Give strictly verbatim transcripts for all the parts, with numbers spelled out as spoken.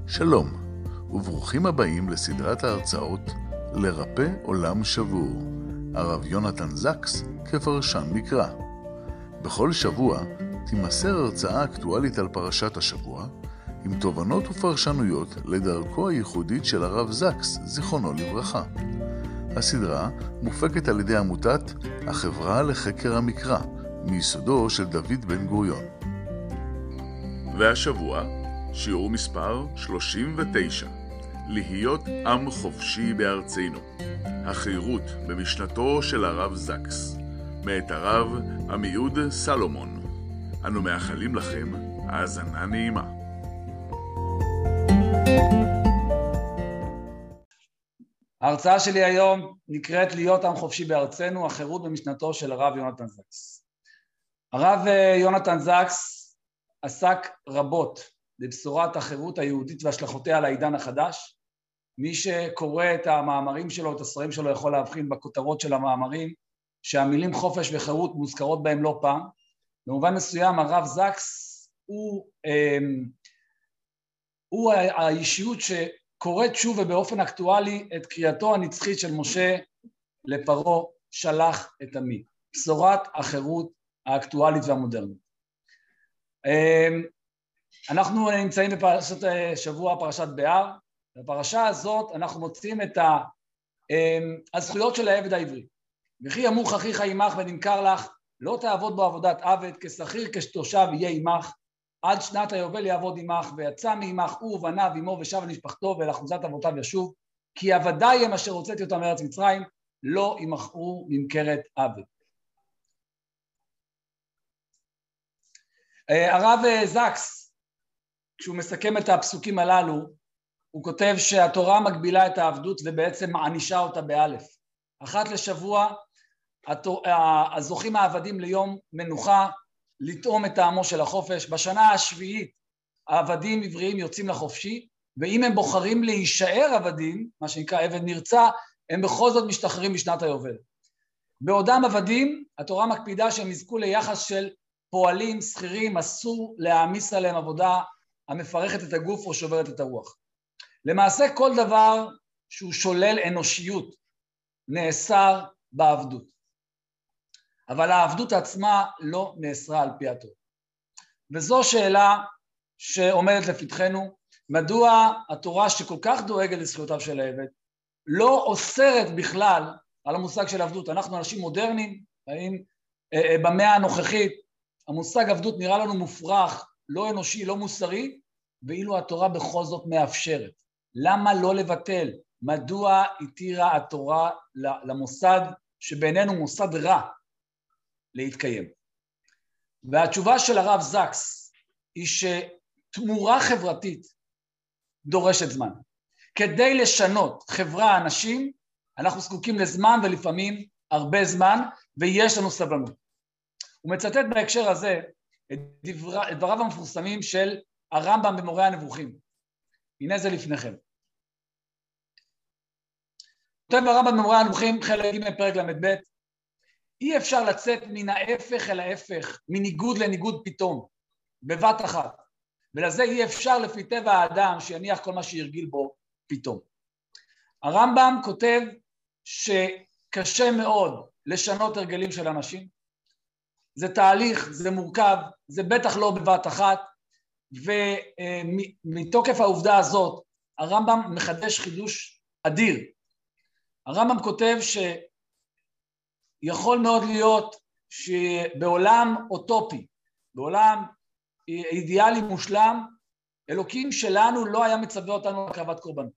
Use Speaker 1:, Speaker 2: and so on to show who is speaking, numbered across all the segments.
Speaker 1: שלום, וברוכים הבאים לסדרת ההרצאות לרפא עולם שבור, הרב יונתן זקס כפרשן מקרא. בכל שבוע תימסר הרצאה אקטואלית על פרשת השבוע, עם תובנות ופרשנויות לדרכו הייחודית של הרב זקס, זיכרונו לברכה. הסדרה מופקת על ידי עמותת החברה לחקר המקרא, מיסודו של דוד בן גוריון. והשבוע, שיעור מספר שלושים ותשע, להיות עם חופשי בארצנו, החירות במשנתו של הרב זקס, מאת הרב עמיהוד סלומון. אנו מאחלים לכם האזנה נעימה.
Speaker 2: ההרצאה שלי היום נקראת להיות עם חופשי בארצנו, החירות במשנתו של הרב יונתן זקס. הרב יונתן זקס עסק רבות בבשורת החירות היהודית והשלכותיה על העידן החדש. מי שקורא את המאמרים שלו, את הספרים שלו, יכול להבחין בכותרות של המאמרים שהמילים חופש וחירות מוזכרות בהם לא פעם. במובן מסוים הרב זקס הוא, הוא האישיות שקוראת שוב ובאופן אקטואלי את קריאתו הנצחית של משה לפרעה, שלח את עמי, בשורת החירות האקטואלית והמודרנית. אנחנו נמצאים בפרשת שבוע, פרשת בהר. בפרשה הזאת אנחנו מוצאים את הזכויות של העבד העברי. וכי ימוך אחיך עמך ונמכר לך, לא תעבוד בו עבודת עבד, כשכיר כשתושב יהיה עמך, עד שנת היובל יעבוד עמך, ויצא מעמך הוא ובניו עמו ושב אל משפחתו ואל אחוזת אבותיו ישוב, כי עבדיי הם אשר הוצאתי אותם מארץ מצרים, לא ימכרו ממכרת עבד. הרב זקס, כשהוא מסכם את הפסוקים הללו, הוא כותב שהתורה מגבילה את העבדות ובעצם מענישה אותה באלף. אחת לשבוע הזוכים העבדים ליום מנוחה, לטעום את טעמו של החופש. בשנה השביעית העבדים עבריים יוצאים לחופשי, ואם הם בוחרים להישאר עבדים, מה שנקרא עבד נרצע, הם בכל זאת משתחררים משנת היובל. בעודם עבדים, התורה מקפידה שהם יזכו ליחס של פועלים, שכירים, אסור להעמיס עליהם עבודה המפרכת את הגוף או שוברת את הרוח. למעשה כל דבר שהוא שולל אנושיות נאסר בעבדות. אבל העבדות עצמה לא נאסרה על פי התורה. וזו שאלה שעומדת לפתחנו, מדוע התורה שכל כך דואגת לזכויותיו של העבד, לא אוסרת בכלל על המושג של עבדות. אנחנו אנשים מודרניים, במאה הנוכחית, המושג עבדות נראה לנו מופרך, לא אנושי, לא מוסרי, ואילו התורה בכל זאת מאפשרת. למה לא לבטל? מדוע התירה התורה למוסד שבינינו מוסד רע להתקיים? והתשובה של הרב זקס היא שתמורה חברתית דורשת זמן. כדי לשנות חברה אנשים, אנחנו זקוקים לזמן ולפעמים הרבה זמן, ויש לנו סבלנות. הוא מצטט בהקשר הזה את, דבר, את דבריו המפורסמים של הרמב"ם במורה הנבוכים. הנה זה לפניכם. כותב הרמב"ם במורה הנבוכים, חלק ג' פרק למד ב', אי אפשר לצאת מן ההפך אל ההפך, מניגוד לניגוד פתאום, בבת אחת. ולזה אי אפשר לפי טבע האדם שיניח כל מה שהרגיל בו פתאום. הרמב"ם כותב שקשה מאוד לשנות הרגלים של אנשים, זה תהליך, זה מורכב, זה בטח לא בבת אחת, ומתוקף העובדה הזאת, הרמב"ם מחדש חידוש אדיר. הרמב"ם כותב שיכול מאוד להיות שבעולם אוטופי, בעולם אידיאלי מושלם, אלוקים שלנו לא היה מצווה אותנו להקרבת קורבנות.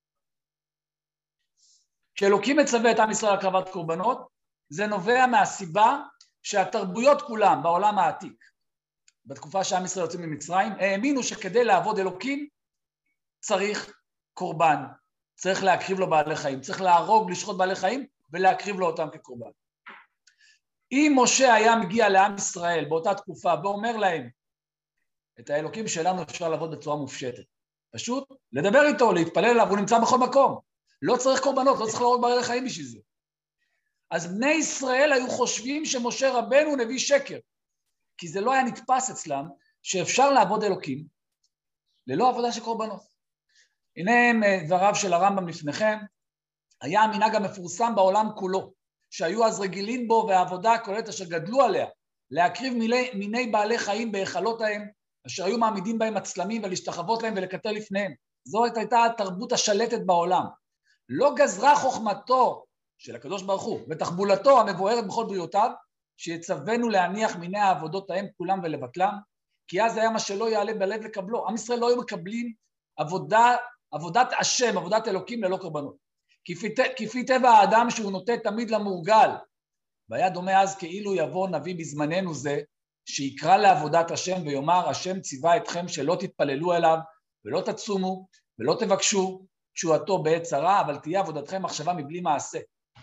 Speaker 2: כשאלוקים מצווה את עם ישראל להקרבת קורבנות, זה נובע מהסיבה שהתרבויות כולם בעולם העתיק, בתקופה שעם ישראל יוצאים ממצרים, האמינו שכדי לעבוד אלוקים צריך קורבן, צריך להקריב לו בעלי חיים, צריך להרוג, לשחוט בעלי חיים ולהקריב לו אותם כקורבן. אם משה היה מגיע לעם ישראל באותה תקופה ואומר להם, את האלוקים שלנו אפשר לעבוד בצורה מופשטת, פשוט לדבר איתו, להתפלל עליו, הוא נמצא בכל מקום, לא צריך קורבנות, לא צריך להרוג בעלי חיים בשביל זה. אז בני ישראל היו חושבים שמשה רבנו נביא שקר, כי זה לא היה נתפס אצלם שאפשר לעבוד אלוקים ללא עבודה של קורבנות. הנה דבריו של הרמב"ם לפניכם. היה המנהג המפורסם בעולם כולו, שהיו אז רגילים בו והעבודה הכוללת אשר גדלו עליה, להקריב מיני, מיני בעלי חיים בהיכלותיהם, אשר היו מעמידים בהם מצלמים ולהשתחוות להם ולקטר לפניהם. זאת הייתה התרבות השלטת בעולם. לא גזרה חוכמתו של הקדוש ברוך הוא ותחבולתו המבוארת בכל בריאותיו, שיצווינו להניח מיני העבודות ההם כולם ולבטלם, כי אז היה מה שלא יעלה בלב לקבלו. עם ישראל לא היו מקבלים עבודה, עבודת השם, עבודת אלוקים ללא קורבנות. כפי, כפי טבע האדם שהוא נוטה תמיד למורגל, והיה דומה אז כאילו יבוא נביא בזמננו זה, שיקרא לעבודת השם ויאמר, השם ציווה אתכם שלא תתפללו אליו, ולא תצומו, ולא תבקשו תשועתו בעת צרה, אבל תהיה עבודתכם מחשבה מבלי מעשה.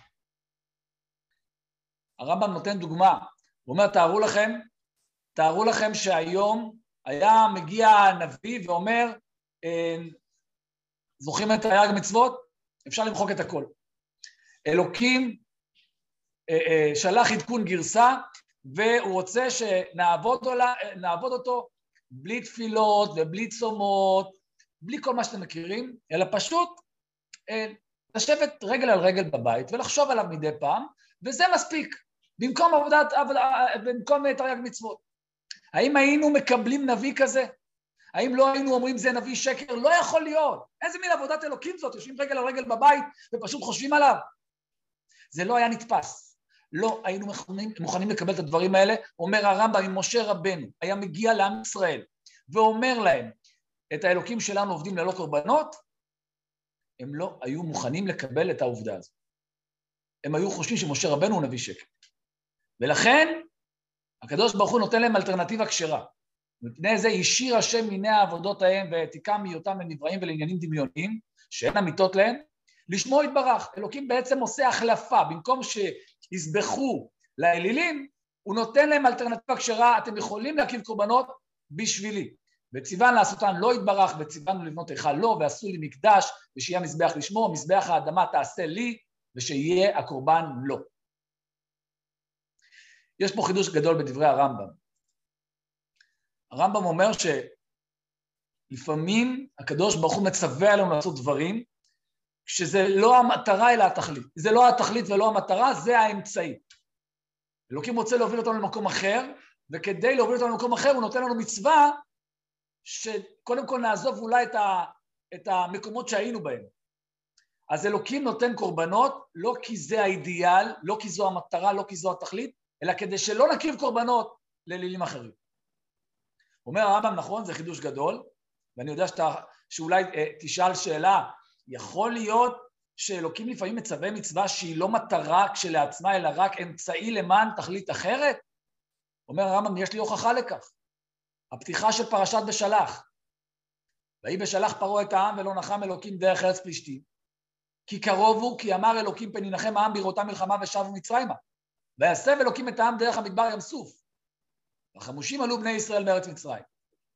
Speaker 2: הרמב"ם נותן דוגמה, הוא אומר, תארו לכם, תארו לכם שהיום היה מגיע נביא ואומר, זוכרים את תרי"ג מצוות? אפשר למחוק את הכל. אלוקים שלח עדכון גרסה, והוא רוצה שנעבוד אותו בלי תפילות ובלי צומות, בלי כל מה שאתם מכירים, אלא פשוט לשבת רגל על רגל בבית ולחשוב עליו מדי פעם, וזה מספיק, במקום עבודת, במקום תרי"ג מצוות. האם היינו מקבלים נביא כזה? האם לא היינו אומרים זה נביא שקר? לא יכול להיות. איזה מין עבודת אלוקים זאת? יושבים רגל על רגל בבית ופשוט חושבים עליו. זה לא היה נתפס. לא היינו מוכנים, מוכנים לקבל את הדברים האלה. אומר הרמב"ם, אם משה רבנו היה מגיע לעם ישראל ואומר להם, את האלוקים שלנו עובדים ללא קורבנות, הם לא היו מוכנים לקבל את העובדה הזאת. הם היו חושבים שמשה רבנו הוא נביא שקר. ולכן, הקדוש ברוך הוא נותן להם אלטרנטיבה כשרה. מפני זה השאיר השם מיני העבודות ההם והעתיקם מהיותם לנבראים ולעניינים דמיוניים, שאין אמיתות להם, לשמו יתברך. אלוקים בעצם עושה החלפה, במקום שיסבכו לאלילים, הוא נותן להם אלטרנטיבה כשרה, אתם יכולים להקריב קורבנות בשבילי. וציוון לעשותן לא יתברך, וציוונו לבנות היכל לו, ועשו לי מקדש, ושיהיה מזבח לשמו, מזבח האדמה תעשה לי, ושיהיה הקורבן לו. יש פה חידוש גדול בדברי הרמב"ם. הרמב"ם אומר שלפעמים הקדוש ברוך הוא מצווה עלינו לעשות דברים, כשזה לא המטרה אלא התכלית. זה לא התכלית ולא המטרה, זה האמצעי. אלוקים רוצה להוביל אותנו למקום אחר, וכדי להוביל אותנו למקום אחר הוא נותן לנו מצווה, שקודם כל נעזוב אולי את, ה, את המקומות שהיינו בהם. אז אלוקים נותן קורבנות, לא כי זה האידיאל, לא כי זו המטרה, לא כי זו התכלית, אלא כדי שלא נקריב קורבנות לאלילים אחרים. אומר הרמב"ם, נכון, זה חידוש גדול, ואני יודע שאתה, שאולי אה, תשאל שאלה, יכול להיות שאלוקים לפעמים מצווה מצווה שהיא לא מטרה כשלעצמה, אלא רק אמצעי למען תכלית אחרת? אומר הרמב"ם, יש לי הוכחה לכך. הפתיחה של פרשת בשלח. ויהי בשלח פרעה את העם ולא נחם אלוקים דרך ארץ פלישתים. כי קרוב הוא, כי אמר אלוקים פן ינחם העם בראותם מלחמה ושבו מצרימה. ויסב אלוקים את העם דרך המדבר ים סוף. החמושים עלו בני ישראל מארץ מצרים.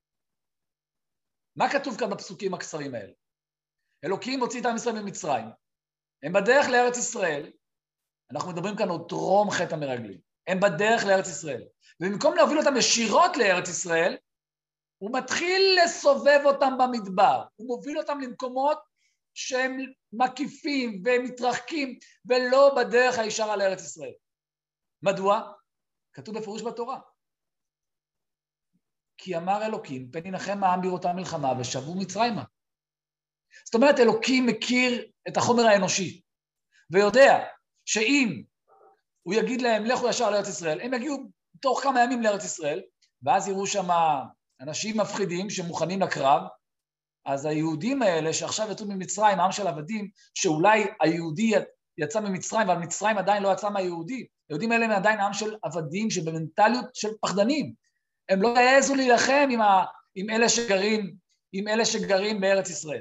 Speaker 2: מה כתוב כאן בפסוקים הקצרים האלה? אלוקים הוציא את עם ישראל ממצרים. הם בדרך לארץ ישראל. אנחנו מדברים כאן עוד טרום חטא המרגלים. הם בדרך לארץ ישראל. ובמקום להוביל אותם ישירות לארץ ישראל, הוא מתחיל לסובב אותם במדבר. הוא מוביל אותם למקומות שהם מקיפים והם מתרחקים, ולא בדרך הישרה לארץ ישראל. מדוע? כתוב בפירוש בתורה. כי אמר אלוקים, פן ינחם העם בראותם מלחמה ושבו מצרימה. זאת אומרת, אלוקים מכיר את החומר האנושי, ויודע שאם הוא יגיד להם, לכו ישר לארץ ישראל, הם יגיעו תוך כמה ימים לארץ ישראל, ואז יראו שם אנשים מפחידים שמוכנים לקרב, אז היהודים האלה שעכשיו יצאו ממצרים, העם של עבדים, שאולי היהודי יצא ממצרים, אבל מצרים עדיין לא יצא מהיהודי, היהודים האלה הם עדיין עם של עבדים שבמנטליות של פחדנים, הם לא יעזו להילחם עם, ה... עם, אלה שגרים, עם אלה שגרים בארץ ישראל.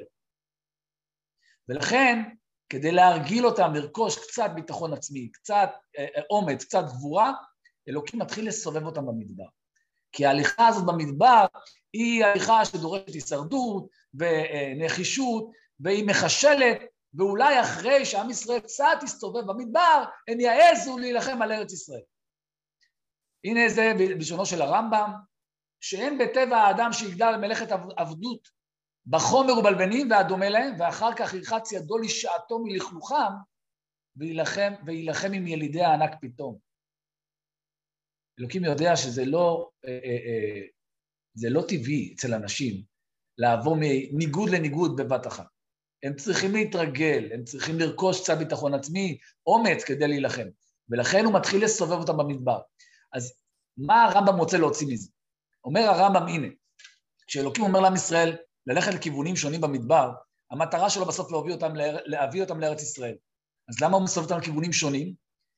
Speaker 2: ולכן, כדי להרגיל אותם, לרכוש קצת ביטחון עצמי, קצת אה, אומץ, קצת גבורה, אלוקים מתחיל לסובב אותם במדבר. כי ההליכה הזאת במדבר היא הליכה שדורשת הישרדות ונחישות, והיא מחשלת, ואולי אחרי שעם ישראל קצת יסתובב במדבר, הם יעזו להילחם על ארץ ישראל. הנה זה בלשונו של הרמב"ם, שאין בטבע האדם שיגדל במלאכת עבדות בחומר ובלבנים והדומה להם, ואחר כך ירחץ ידו לשעתו מלכלוכם, וילחם, וילחם עם ילידי הענק פתאום. אלוקים יודע שזה לא, אה, אה, אה, זה לא טבעי אצל אנשים לעבור מניגוד לניגוד בבת אחת. הם צריכים להתרגל, הם צריכים לרכוש קצת ביטחון עצמי, אומץ כדי להילחם, ולכן הוא מתחיל לסובב אותם במדבר. אז מה הרמב"ם רוצה להוציא מזה? אומר הרמב"ם, הנה, כשאלוקים אומר לעם ישראל ללכת לכיוונים שונים במדבר, המטרה שלו בסוף להביא אותם, להביא אותם לארץ ישראל. אז למה הוא מסובב אותם לכיוונים שונים?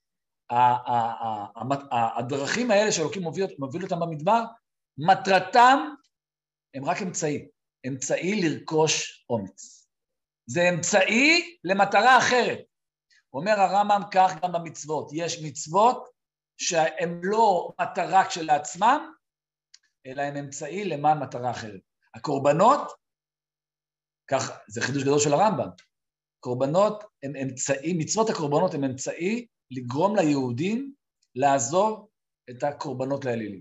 Speaker 2: הדרכים האלה שאלוקים מוביל אותם במדבר, מטרתם הם רק אמצעי, אמצעי לרכוש אומץ. זה אמצעי למטרה אחרת. אומר הרמב"ם כך גם במצוות. יש מצוות שהן לא מטרה כשלעצמם, אלא הן אמצעי למען מטרה אחרת. הקורבנות, כך, זה חידוש גדול של הרמב"ם, קורבנות הם אמצעי, מצוות הקורבנות הם אמצעי לגרום ליהודים לעזוב את הקורבנות לאלילים.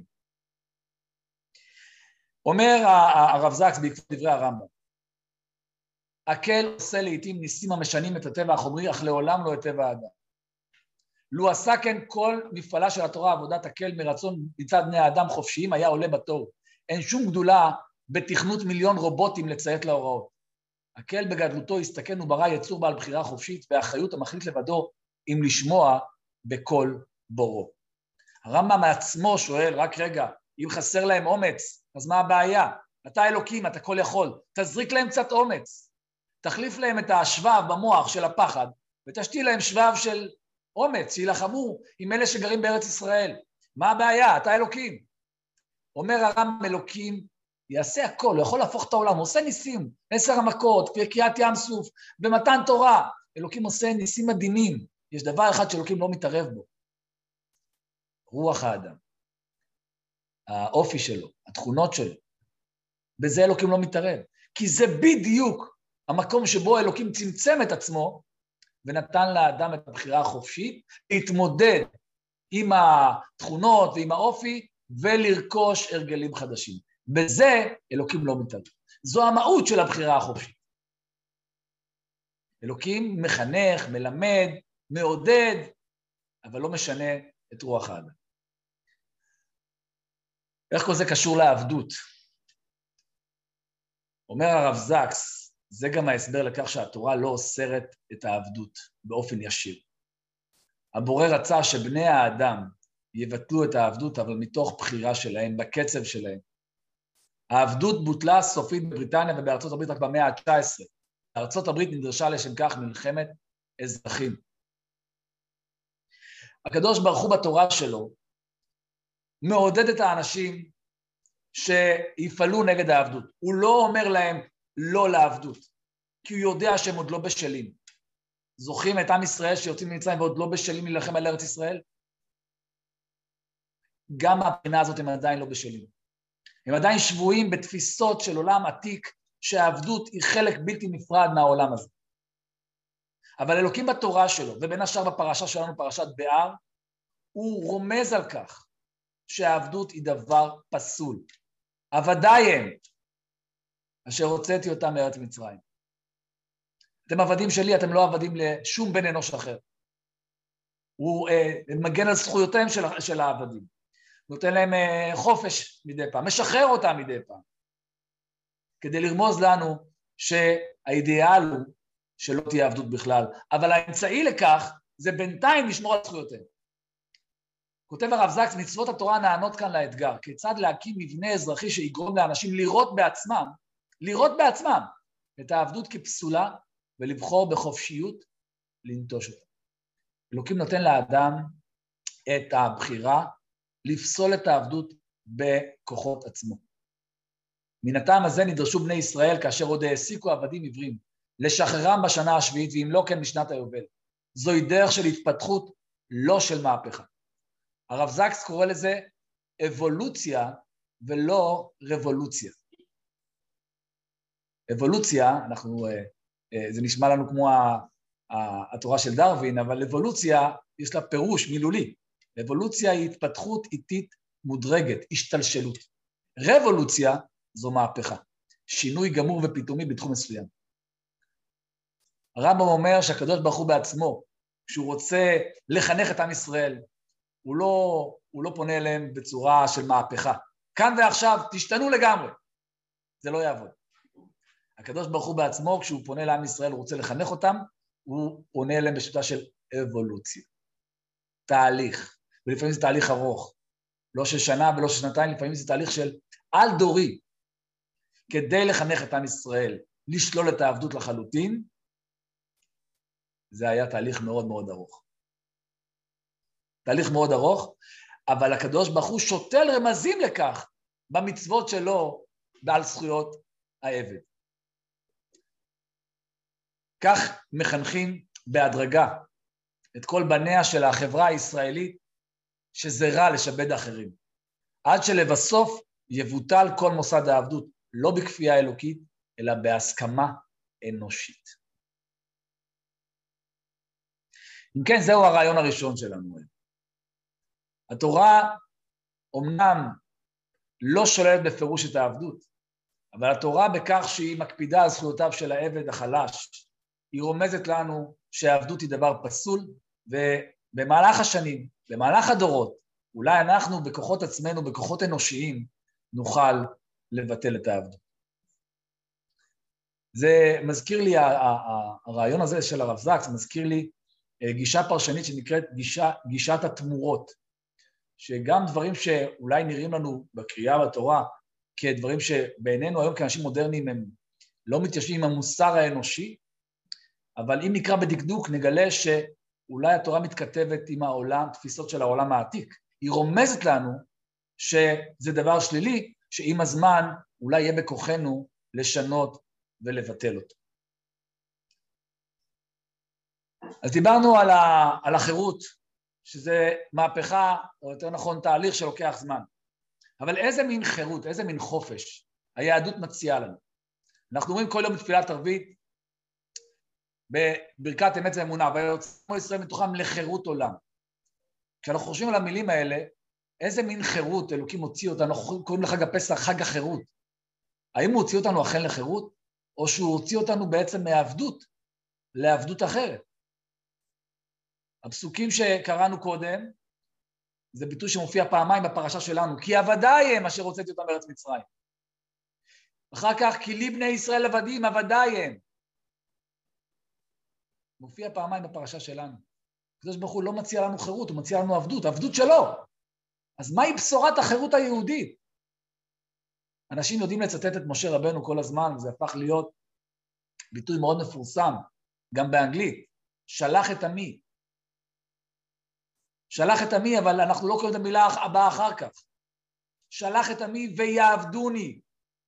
Speaker 2: אומר הרב זקס בעקבות דברי הרמב"ם, הקל עושה לעתים ניסים המשנים את הטבע החומרי, אך לעולם לא את טבע האדם. לו עשה כן כל מפעלה של התורה, עבודת הקל מרצון מצד בני האדם חופשיים, היה עולה בתור. אין שום גדולה בתכנות מיליון רובוטים לציית להוראות. הקל בגדלותו הסתכן וברא יצור בעל בחירה חופשית, והאחריות המחליט לבדו אם לשמוע בכל בורו. הרמב"ם מעצמו שואל, רק רגע, אם חסר להם אומץ, אז מה הבעיה? אתה אלוקים, אתה כל יכול, תזריק להם קצת אומץ. תחליף להם את השבב במוח של הפחד, ותשתיל להם שבב של אומץ, שילחמו עם אלה שגרים בארץ ישראל. מה הבעיה? אתה אלוקים. אומר הרמב"ם, אלוקים יעשה הכל, הוא יכול להפוך את העולם, הוא עושה ניסים, עשר המכות, קריעת ים סוף, במתן תורה. אלוקים עושה ניסים מדהימים. יש דבר אחד שאלוקים לא מתערב בו. רוח האדם. האופי שלו, התכונות שלו. בזה אלוקים לא מתערב. כי זה בדיוק המקום שבו אלוקים צמצם את עצמו, ונתן לאדם את הבחירה החופשית, להתמודד עם התכונות ועם האופי, ולרכוש הרגלים חדשים. בזה אלוקים לא מתערב. זו המהות של הבחירה החופשית. אלוקים מחנך, מלמד, מעודד, אבל לא משנה את רוח האדם. איך כל זה קשור לעבדות? אומר הרב זקס, זה גם ההסבר לכך שהתורה לא אוסרת את העבדות באופן ישיר. הבורא רצה שבני האדם יבטלו את העבדות, אבל מתוך בחירה שלהם, בקצב שלהם. העבדות בוטלה סופית בבריטניה ובארצות הברית רק במאה ה-תשע עשרה. ארצות הברית נדרשה לשם כך מלחמת אזרחים. הקדוש ברוך הוא בתורה שלו מעודד את האנשים שיפעלו נגד העבדות. הוא לא אומר להם לא לעבדות, כי הוא יודע שהם עוד לא בשלים. זוכרים את עם ישראל שיוצאים ממצרים ועוד לא בשלים להילחם על ארץ ישראל? גם מהבחינה הזאת הם עדיין לא בשלים. הם עדיין שבויים בתפיסות של עולם עתיק, שהעבדות היא חלק בלתי נפרד מהעולם הזה. אבל אלוקים בתורה שלו, ובין השאר בפרשה שלנו, פרשת בהר, הוא רומז על כך שהעבדות היא דבר פסול. עבדיי הם, אשר הוצאתי אותם מארץ מצרים. אתם עבדים שלי, אתם לא עבדים לשום בן אנוש אחר. הוא אה, מגן על זכויותיהם של, של העבדים. נותן להם אה, חופש מדי פעם, משחרר אותם מדי פעם. כדי לרמוז לנו שהאידיאל הוא שלא תהיה עבדות בכלל, אבל האמצעי לכך זה בינתיים לשמור על זכויותיהם. כותב הרב זקס, מצוות התורה נענות כאן לאתגר, כיצד להקים מבנה אזרחי שיגרום לאנשים לראות בעצמם, לראות בעצמם את העבדות כפסולה, ולבחור בחופשיות לנטוש אותה. אלוקים נותן לאדם את הבחירה לפסול את העבדות בכוחות עצמו. מן הטעם הזה נדרשו בני ישראל כאשר עוד העסיקו עבדים עברים, לשחררם בשנה השביעית, ואם לא כן בשנת היובל. זוהי דרך של התפתחות, לא של מהפכה. הרב זקס קורא לזה אבולוציה ולא רבולוציה. אבולוציה, אנחנו, זה נשמע לנו כמו התורה של דרווין, אבל אבולוציה יש לה פירוש מילולי. אבולוציה היא התפתחות איטית מודרגת, השתלשלות. רבולוציה זו מהפכה. שינוי גמור ופתאומי בתחום מסוים. הרמב"ם אומר שהקדוש ברוך הוא בעצמו, כשהוא רוצה לחנך את עם ישראל, הוא לא, הוא לא פונה אליהם בצורה של מהפכה. כאן ועכשיו תשתנו לגמרי. זה לא יעבוד. הקדוש ברוך הוא בעצמו, כשהוא פונה לעם ישראל, הוא רוצה לחנך אותם, הוא פונה אליהם בשיטה של אבולוציה. תהליך. ולפעמים זה תהליך ארוך. לא של שנה ולא של שנתיים, לפעמים זה תהליך של על דורי. כדי לחנך את עם ישראל, לשלול את העבדות לחלוטין, זה היה תהליך מאוד מאוד ארוך. תהליך מאוד ארוך, אבל הקדוש ברוך הוא שותל רמזים לכך במצוות שלו ועל זכויות העבד. כך מחנכים בהדרגה את כל בניה של החברה הישראלית שזה רע לשבד אחרים, עד שלבסוף יבוטל כל מוסד העבדות, לא בכפייה אלוקית, אלא בהסכמה אנושית. אם כן, זהו הרעיון הראשון שלנו. התורה אומנם לא שוללת בפירוש את העבדות, אבל התורה בכך שהיא מקפידה על זכויותיו של העבד החלש, היא רומזת לנו שהעבדות היא דבר פסול, ובמהלך השנים, במהלך הדורות, אולי אנחנו בכוחות עצמנו, בכוחות אנושיים, נוכל לבטל את העבדות. זה מזכיר לי, הרעיון הזה של הרב זקס, מזכיר לי גישה פרשנית שנקראת גישה, גישת התמורות, שגם דברים שאולי נראים לנו בקריאה בתורה, כדברים שבעינינו היום כאנשים מודרניים הם לא מתיישבים עם המוסר האנושי, אבל אם נקרא בדקדוק נגלה שאולי התורה מתכתבת עם העולם, תפיסות של העולם העתיק. היא רומזת לנו שזה דבר שלילי, שעם הזמן אולי יהיה בכוחנו לשנות ולבטל אותו. אז דיברנו על, ה, על החירות, שזה מהפכה, או יותר נכון תהליך שלוקח זמן. אבל איזה מין חירות, איזה מין חופש היהדות מציעה לנו? אנחנו אומרים כל יום בתפילת ערבית, בברכת אמת ואמונה, ויוצאו ישראל מתוכם לחירות עולם. כשאנחנו חושבים על המילים האלה, איזה מין חירות אלוקים הוציא אותנו, אנחנו קוראים לחג הפסח חג החירות. האם הוא הוציא אותנו אכן לחירות, או שהוא הוציא אותנו בעצם מעבדות לעבדות אחרת? הפסוקים שקראנו קודם, זה ביטוי שמופיע פעמיים בפרשה שלנו, כי עבדיי הם אשר הוצאתי אותם בארץ מצרים. אחר כך, כי לי בני ישראל עבדים, עבדיי הם. מופיע פעמיים בפרשה שלנו. הקדוש ברוך הוא לא מציע לנו חירות, הוא מציע לנו עבדות, עבדות שלו. אז מהי בשורת החירות היהודית? אנשים יודעים לצטט את משה רבנו כל הזמן, וזה הפך להיות ביטוי מאוד מפורסם, גם באנגלית, שלח את עמי. שלח את עמי, אבל אנחנו לא קוראים את המילה הבאה אחר כך. שלח את עמי ויעבדוני.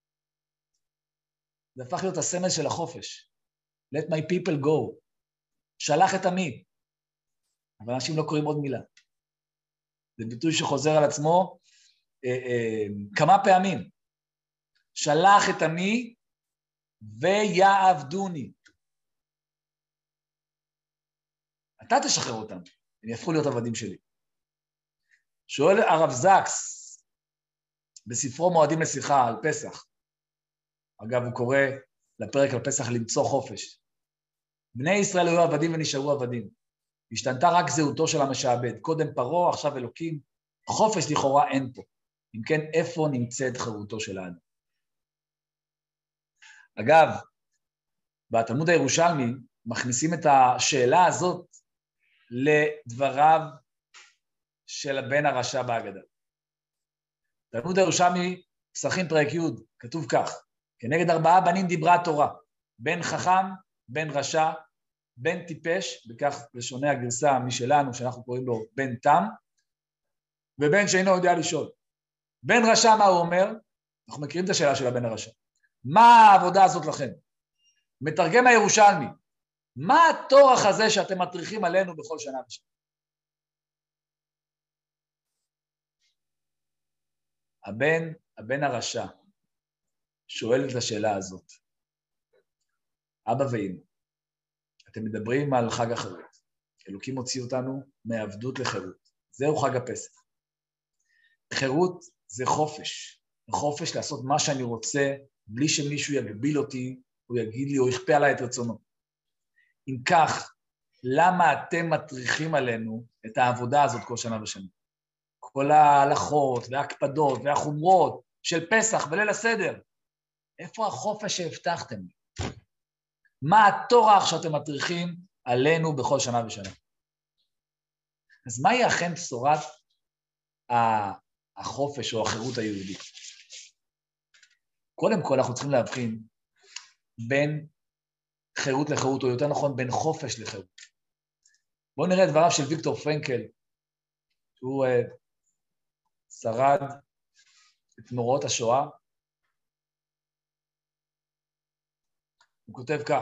Speaker 2: זה הפך להיות הסמל של החופש. Let my people go. שלח את עמי. אבל אנשים לא קוראים עוד מילה. זה ביטוי שחוזר על עצמו אה, אה, כמה פעמים. שלח את עמי ויעבדוני. אתה תשחרר אותם. הם יהפכו להיות עבדים שלי. שואל הרב זקס, בספרו מועדים לשיחה על פסח, אגב הוא קורא לפרק על פסח למצוא חופש, בני ישראל היו עבדים ונשארו עבדים, השתנתה רק זהותו של המשעבד, קודם פרעה, עכשיו אלוקים, חופש לכאורה אין פה, אם כן איפה נמצאת חירותו של האדם? אגב, בתלמוד הירושלמי מכניסים את השאלה הזאת, לדבריו של הבן הרשע בהגדה. תלמוד הירושלמי, פסחים פרק י', כתוב כך, כנגד ארבעה בנים דיברה התורה, בן חכם, בן רשע, בן טיפש, בכך לשונה הגרסה משלנו, שאנחנו קוראים לו בן תם, ובן שאינו יודע לשאול. בן רשע, מה הוא אומר? אנחנו מכירים את השאלה של הבן הרשע. מה העבודה הזאת לכם? מתרגם הירושלמי, מה התורח הזה שאתם מטריחים עלינו בכל שנה ושנה? הבן, הבן הרשע, שואל את השאלה הזאת. אבא ואמא, אתם מדברים על חג החירות. אלוקים הוציא אותנו מעבדות לחירות. זהו חג הפסח. חירות זה חופש. חופש לעשות מה שאני רוצה בלי שמישהו יגביל אותי, או יגיד לי, או יכפה עליי את רצונו. אם כך, למה אתם מטריחים עלינו את העבודה הזאת כל שנה ושנה? כל ההלכות וההקפדות והחומרות של פסח וליל הסדר. איפה החופש שהבטחתם לי? מה התורח שאתם מטריחים עלינו בכל שנה ושנה? אז מהי אכן בשורת החופש או החירות היהודית? קודם כל אנחנו צריכים להבחין בין חירות לחירות, או יותר נכון בין חופש לחירות. בואו נראה את דבריו של ויקטור פרנקל, שהוא uh, שרד את מאורעות השואה. הוא כותב כך: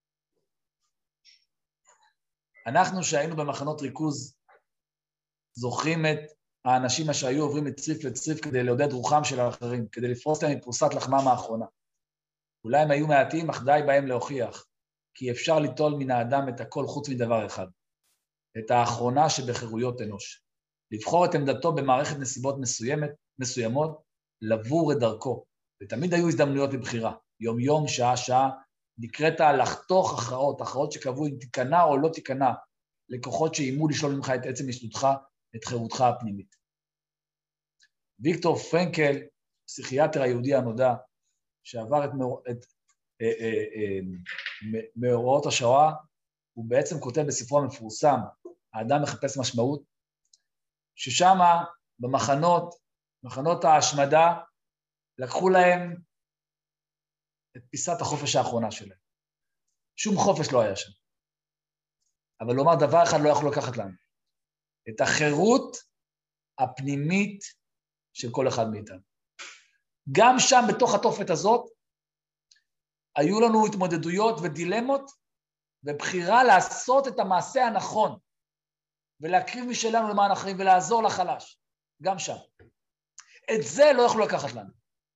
Speaker 2: אנחנו שהיינו במחנות ריכוז זוכרים את האנשים שהיו עוברים מצריף לצריף כדי לעודד רוחם של האחרים, כדי לפרוס להם את פרוסת לחמם האחרונה. אולי הם היו מעטים, אך די בהם להוכיח, כי אפשר ליטול מן האדם את הכל חוץ מדבר אחד, את האחרונה שבחירויות אנוש. לבחור את עמדתו במערכת נסיבות מסוימת, מסוימות, לבור את דרכו, ותמיד היו הזדמנויות לבחירה, יום יום, שעה שעה, נקראת לחתוך הכרעות, הכרעות שקבעו אם תיכנע או לא תיכנע, לכוחות שאימו לשלול ממך את עצם ישלותך, את חירותך הפנימית. ויקטור פרנקל, פסיכיאטר היהודי הנודע, שעבר את, מאור, את אה, אה, אה, מאורעות השואה, הוא בעצם כותב בספרו המפורסם, האדם מחפש משמעות, ששם במחנות, מחנות ההשמדה, לקחו להם את פיסת החופש האחרונה שלהם. שום חופש לא היה שם. אבל לומר דבר אחד לא יכלו לקחת לנו. את החירות הפנימית של כל אחד מאיתנו. גם שם, בתוך התופת הזאת, היו לנו התמודדויות ודילמות, ובחירה לעשות את המעשה הנכון, ולהקריב משלנו למען אחרים, ולעזור לחלש. גם שם. את זה לא יכלו לקחת לנו.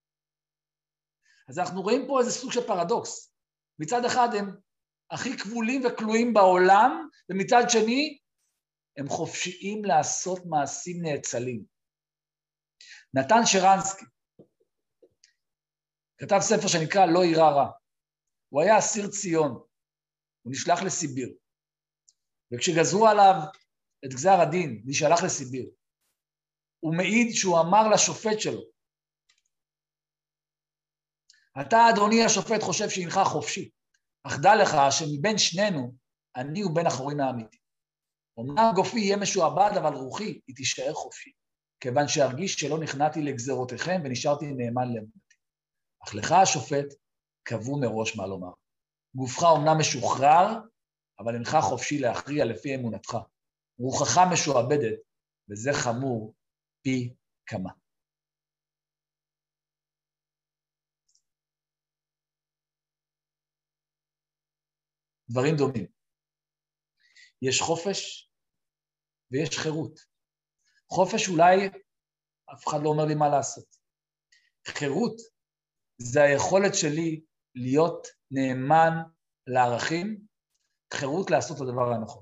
Speaker 2: אז אנחנו רואים פה איזה סוג של פרדוקס. מצד אחד הם הכי כבולים וכלואים בעולם, ומצד שני הם חופשיים לעשות מעשים נאצלים. נתן שרנסקי כתב ספר שנקרא לא יראה רע. הוא היה אסיר ציון, הוא נשלח לסיביר, וכשגזרו עליו את גזר הדין, נשלח לסיביר, הוא מעיד שהוא אמר לשופט שלו, אתה אדוני השופט חושב שהנך חופשי, אך דע לך שמבין שנינו אני הוא בן החורין האמיתי. אמנם גופי יהיה משועבד, אבל רוחי היא תישאר חופשי, כיוון שארגיש שלא נכנעתי לגזרותיכם ונשארתי נאמן לאמונתי. אך לך השופט קבעו מראש מה לומר. גופך אומנם משוחרר, אבל אינך חופשי להכריע לפי אמונתך. רוחך משועבדת, וזה חמור פי כמה. דברים דומים. יש חופש ויש חירות. חופש אולי אף אחד לא אומר לי מה לעשות. חירות זה היכולת שלי להיות נאמן לערכים, חירות לעשות את הדבר הנכון.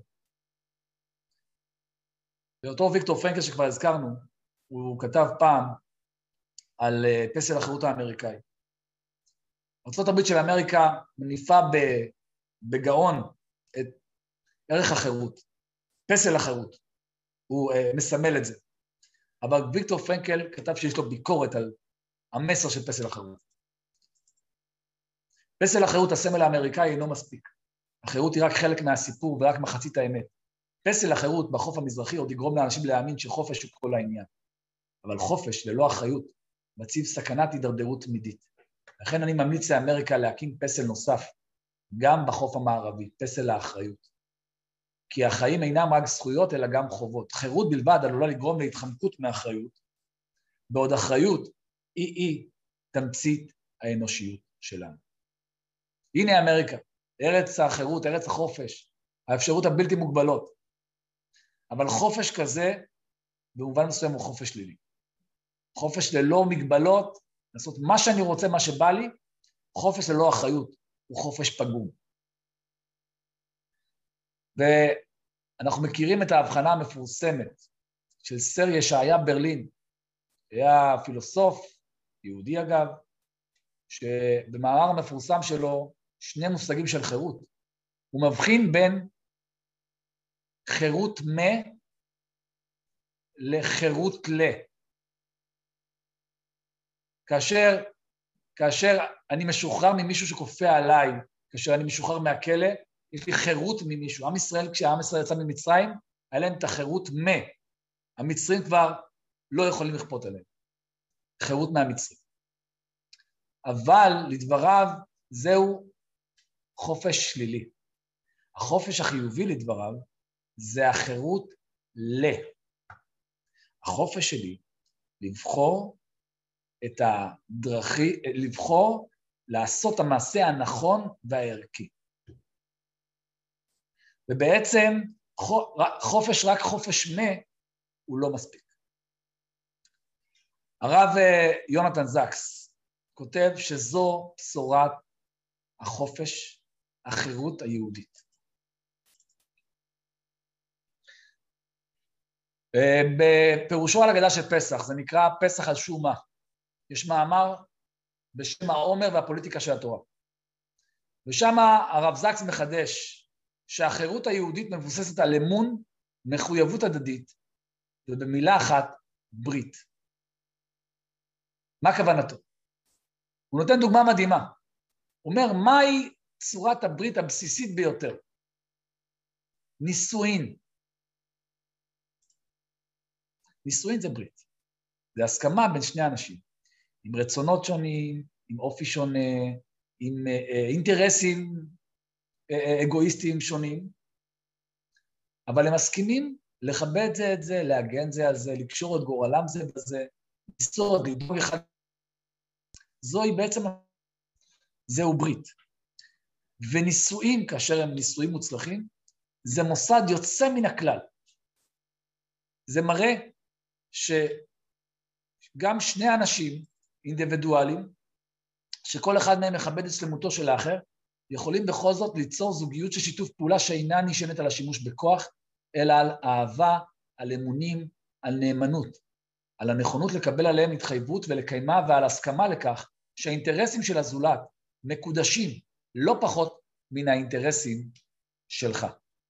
Speaker 2: ואותו ויקטור פרנקל שכבר הזכרנו, הוא כתב פעם על פסל החירות האמריקאי. ארצות הברית של אמריקה מניפה בגאון את ערך החירות, פסל החירות, הוא uh, מסמל את זה. אבל ויקטור פרנקל כתב שיש לו ביקורת על המסר של פסל החירות. פסל החירות, הסמל האמריקאי, אינו מספיק. החירות היא רק חלק מהסיפור ורק מחצית האמת. פסל החירות בחוף המזרחי עוד יגרום לאנשים להאמין שחופש הוא כל העניין. אבל חופש ללא אחריות מציב סכנת הידרדרות תמידית. לכן אני ממליץ לאמריקה להקים פסל נוסף, גם בחוף המערבי, פסל האחריות. כי החיים אינם רק זכויות, אלא גם חובות. חירות בלבד עלולה לגרום להתחמקות מאחריות, בעוד אחריות היא-היא תמצית האנושיות שלנו. הנה אמריקה, ארץ החירות, ארץ החופש, האפשרות הבלתי מוגבלות. אבל חופש כזה, במובן מסוים הוא חופש שלילי. חופש ללא מגבלות, לעשות מה שאני רוצה, מה שבא לי, חופש ללא אחריות, הוא חופש פגום. ואנחנו מכירים את ההבחנה המפורסמת של סר ישעיה ברלין, היה פילוסוף, יהודי אגב, שבמאמר המפורסם שלו, שני מושגים של חירות. הוא מבחין בין חירות מה לחירות ל. כאשר, כאשר אני משוחרר ממישהו שכופה עליי, כאשר אני משוחרר מהכלא, יש לי חירות ממישהו. עם ישראל, כשהעם ישראל יצא ממצרים, היה להם את החירות מה. המצרים כבר לא יכולים לכפות עליהם. חירות מהמצרים. אבל לדבריו זהו חופש שלילי. החופש החיובי לדבריו זה החירות ל. החופש שלי לבחור את הדרכי, לבחור לעשות המעשה הנכון והערכי. ובעצם חופש, רק חופש מה, הוא לא מספיק. הרב יונתן זקס כותב שזו בשורת החופש, החירות היהודית. בפירושו על הגדה של פסח, זה נקרא פסח על שום מה. יש מאמר בשם העומר והפוליטיקה של התורה. ושם הרב זקס מחדש שהחירות היהודית מבוססת על אמון, מחויבות הדדית, ובמילה אחת, ברית. מה כוונתו? הוא נותן דוגמה מדהימה. הוא אומר, מהי צורת הברית הבסיסית ביותר? נישואין. נישואין זה ברית. זה הסכמה בין שני אנשים, עם רצונות שונים, עם אופי שונה, עם אינטרסים אגואיסטיים שונים, אבל הם מסכימים לכבד זה את זה, להגן זה על זה, לקשור את גורלם זה בזה, לסוד, לדאוג אחד. זוהי בעצם, זהו ברית. ונישואים, כאשר הם נישואים מוצלחים, זה מוסד יוצא מן הכלל. זה מראה שגם שני אנשים אינדיבידואלים, שכל אחד מהם מכבד את שלמותו של האחר, יכולים בכל זאת ליצור זוגיות של שיתוף פעולה שאינה נשענת על השימוש בכוח, אלא על אהבה, על אמונים, על נאמנות, על הנכונות לקבל עליהם התחייבות ולקיימה, ועל הסכמה לכך שהאינטרסים של הזולת מקודשים לא פחות מן האינטרסים שלך.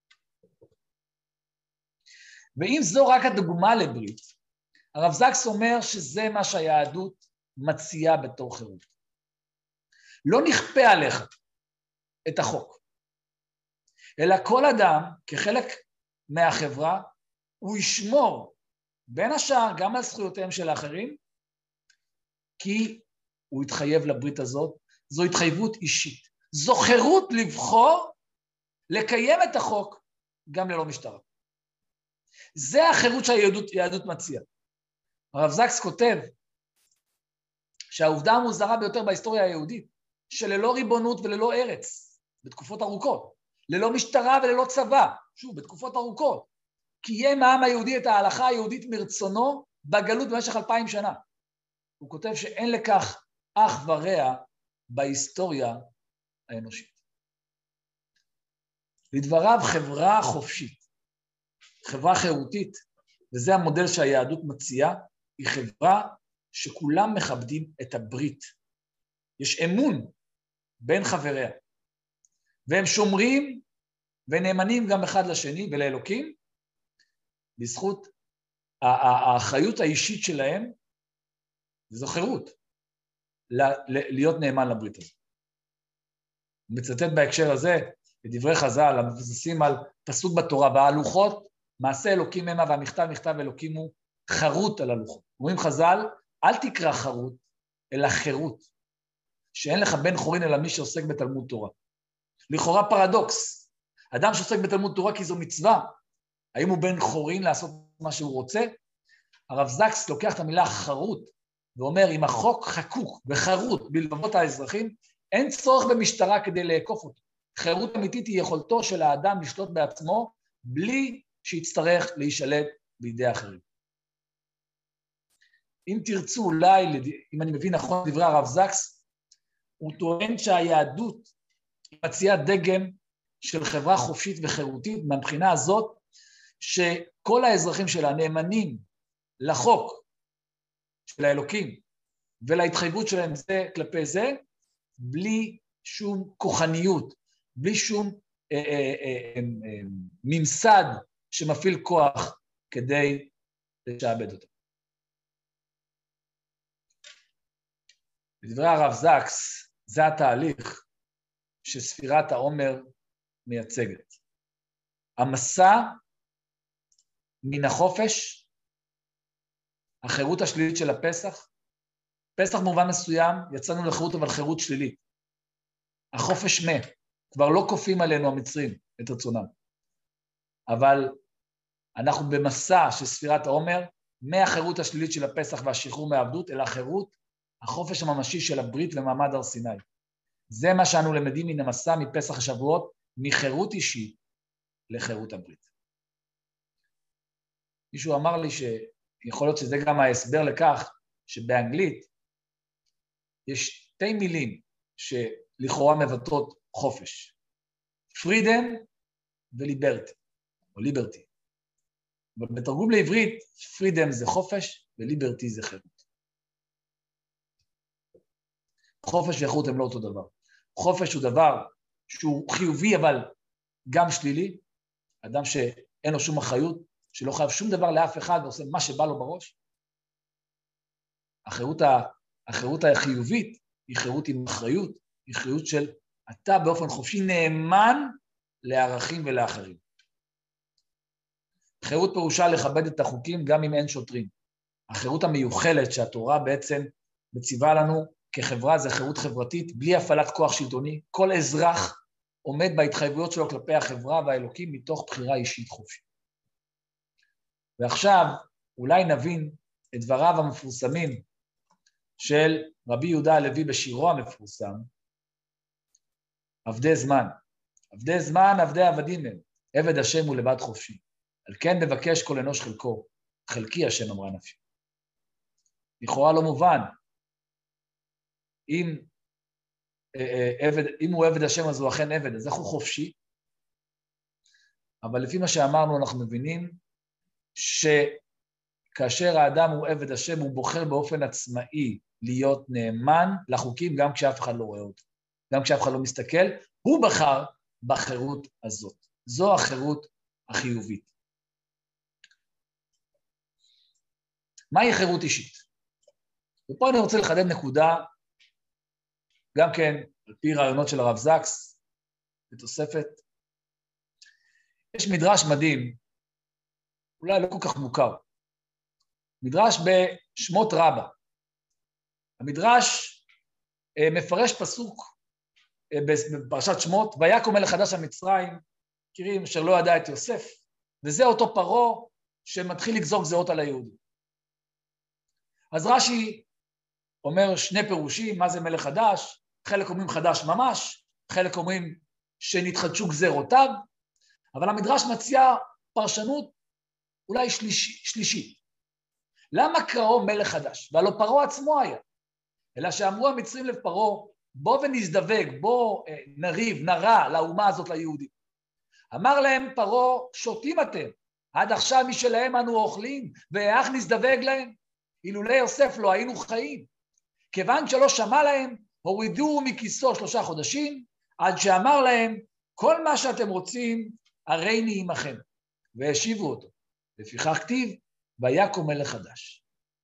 Speaker 2: ואם זו רק הדוגמה לברית, הרב זקס אומר שזה מה שהיהדות מציעה בתור חירות. לא נכפה עליך את החוק, אלא כל אדם כחלק מהחברה, הוא ישמור בין השאר גם על זכויותיהם של האחרים, כי הוא יתחייב לברית הזאת, זו התחייבות אישית. זו חירות לבחור לקיים את החוק גם ללא משטרה. זה החירות שהיהדות מציעה. הרב זקס כותב שהעובדה המוזרה ביותר בהיסטוריה היהודית, שללא ריבונות וללא ארץ, בתקופות ארוכות, ללא משטרה וללא צבא, שוב, בתקופות ארוכות, קיים העם היהודי את ההלכה היהודית מרצונו בגלות במשך אלפיים שנה. הוא כותב שאין לכך אח ורע בהיסטוריה האנושית. לדבריו, חברה חופשית, חברה חירותית, וזה המודל שהיהדות מציעה, היא חברה שכולם מכבדים את הברית. יש אמון בין חבריה, והם שומרים ונאמנים גם אחד לשני ולאלוקים, בזכות האחריות האישית שלהם, וזו חירות, להיות נאמן לברית הזאת. הוא מצטט בהקשר הזה את דברי חז"ל, המבוססים על פסוק בתורה, והלוחות, מעשה אלוקים המה, והמכתב מכתב אלוקים הוא חרות על הלוחות. אומרים חז"ל, אל תקרא חרות, אלא חירות, שאין לך בן חורין אלא מי שעוסק בתלמוד תורה. לכאורה פרדוקס, אדם שעוסק בתלמוד תורה כי זו מצווה, האם הוא בן חורין לעשות מה שהוא רוצה? הרב זקס לוקח את המילה חרות, ואומר, אם החוק חקוק וחרות בלבבות האזרחים, אין צורך במשטרה כדי לאכוף אותו. חירות אמיתית היא יכולתו של האדם לשלוט בעצמו, בלי שיצטרך להישלט בידי אחרים. אם תרצו אולי, אם אני מבין נכון דברי הרב זקס, הוא טוען שהיהדות מציעה דגם של חברה חופשית וחירותית, מהבחינה הזאת שכל האזרחים שלה נאמנים לחוק של האלוקים ולהתחייבות שלהם זה כלפי זה, בלי שום כוחניות, בלי שום אה, אה, אה, אה, ממסד שמפעיל כוח כדי לשעבד אותו. בדברי הרב זקס, זה התהליך שספירת העומר מייצגת. המסע מן החופש, החירות השלילית של הפסח, פסח במובן מסוים, יצאנו לחירות אבל חירות שלילית. החופש מת, כבר לא כופים עלינו המצרים את רצונם. אבל אנחנו במסע של ספירת העומר, מהחירות השלילית של הפסח והשחרור מהעבדות, אל החירות, החופש הממשי של הברית ומעמד הר סיני. זה מה שאנו למדים מן המסע מפסח השבועות, מחירות אישית לחירות הברית. מישהו אמר לי שיכול להיות שזה גם ההסבר לכך, שבאנגלית יש שתי מילים שלכאורה מבטאות חופש. freedom וליברטי, או ליברטי. אבל בתרגום לעברית, freedom זה חופש וליברטי זה חירות. חופש וחירות הם לא אותו דבר. חופש הוא דבר שהוא חיובי אבל גם שלילי, אדם שאין לו שום אחריות, שלא חייב שום דבר לאף אחד ועושה מה שבא לו בראש. החירות, החירות החיובית היא חירות עם אחריות, היא חירות של אתה באופן חופשי נאמן לערכים ולאחרים. חירות פירושה לכבד את החוקים גם אם אין שוטרים. החירות המיוחלת שהתורה בעצם מציבה לנו כחברה זה חירות חברתית, בלי הפעלת כוח שלטוני. כל אזרח עומד בהתחייבויות שלו כלפי החברה והאלוקים מתוך בחירה אישית חופשית. ועכשיו אולי נבין את דבריו המפורסמים של רבי יהודה הלוי בשירו המפורסם, עבדי זמן. עבדי זמן, עבדי עבדים הם, עבד השם הוא לבד חופשי. על כן מבקש כל אנוש חלקו, חלקי השם אמרה נפשי. לכאורה לא מובן, אם, עבד, אם הוא עבד השם אז הוא אכן עבד, אז איך הוא חופשי? אבל לפי מה שאמרנו אנחנו מבינים שכאשר האדם הוא עבד השם הוא בוחר באופן עצמאי להיות נאמן לחוקים גם כשאף אחד לא רואה אותו, גם כשאף אחד לא מסתכל, הוא בחר בחירות הזאת. זו החירות החיובית. מהי חירות אישית? ופה אני רוצה לחדד נקודה, גם כן על פי רעיונות של הרב זקס, בתוספת. יש מדרש מדהים, אולי לא כל כך מוכר, מדרש בשמות רבה. המדרש אה, מפרש פסוק אה, בפרשת שמות, ויקום מלך חדש על מצרים, מכירים, אשר לא ידע את יוסף, וזה אותו פרעה שמתחיל לגזור גזירות על היהודים. אז רש"י אומר שני פירושים, מה זה מלך חדש, חלק אומרים חדש ממש, חלק אומרים שנתחדשו גזירותיו, אבל המדרש מציע פרשנות אולי שלישית. שלישי. למה קראו מלך חדש? והלא פרעה עצמו היה, אלא שאמרו המצרים לפרעה, בוא ונזדווג, בוא נריב, נרע לאומה הזאת ליהודים. אמר להם פרעה, שותים אתם, עד עכשיו משלהם אנו אוכלים, ואך נזדווג להם, אילולא יוסף לא היינו חיים. כיוון שלא שמע להם, הורידו מכיסו שלושה חודשים, עד שאמר להם, כל מה שאתם רוצים, הריני עמכם. והשיבו אותו. לפיכך כתיב, ויקום מלך חדש.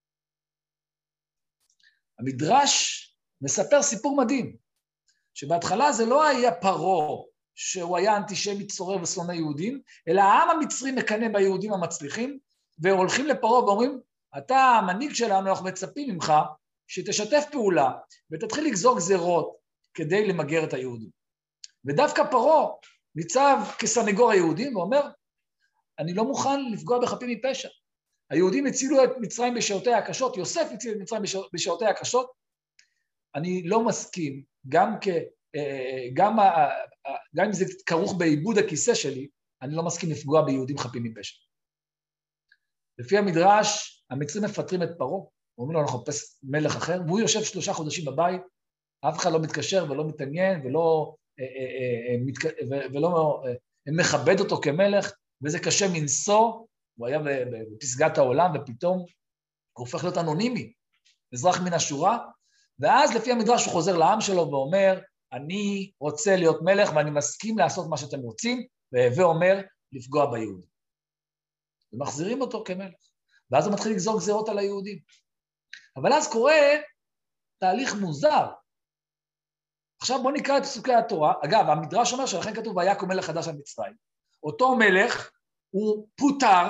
Speaker 2: המדרש מספר סיפור מדהים, שבהתחלה זה לא היה פרעה, שהוא היה אנטישמי צורר ושונא יהודים, אלא העם המצרי מקנא ביהודים המצליחים, והולכים לפרעה ואומרים, אתה המנהיג שלנו, אנחנו מצפים ממך, שתשתף פעולה, ותתחיל לגזור גזירות, כדי למגר את היהודים. ודווקא פרעה ניצב כסנגור היהודים, ואומר, אני לא מוכן לפגוע בחפים מפשע. היהודים הצילו את מצרים בשעותיה הקשות, יוסף הציל את מצרים בשעותיה הקשות, אני לא מסכים, גם, כ, גם, גם אם זה כרוך בעיבוד הכיסא שלי, אני לא מסכים לפגוע ביהודים חפים מפשע. לפי המדרש, המצרים מפטרים את פרעה, אומרים לו, אנחנו נחפש מלך אחר, והוא יושב שלושה חודשים בבית, אף אחד לא מתקשר ולא מתעניין, ולא, ולא מכבד אותו כמלך, וזה קשה מנשוא, הוא היה בפסגת העולם, ופתאום הוא הופך להיות אנונימי, אזרח מן השורה, ואז לפי המדרש הוא חוזר לעם שלו ואומר, אני רוצה להיות מלך ואני מסכים לעשות מה שאתם רוצים, והווה אומר לפגוע ביהודים. ומחזירים אותו כמלך. ואז הוא מתחיל לגזור גזירות על היהודים. אבל אז קורה תהליך מוזר. עכשיו בואו נקרא את פסוקי התורה. אגב, המדרש אומר שלכן כתוב, ויקום מלך חדש על מצרים. אותו מלך הוא פוטר,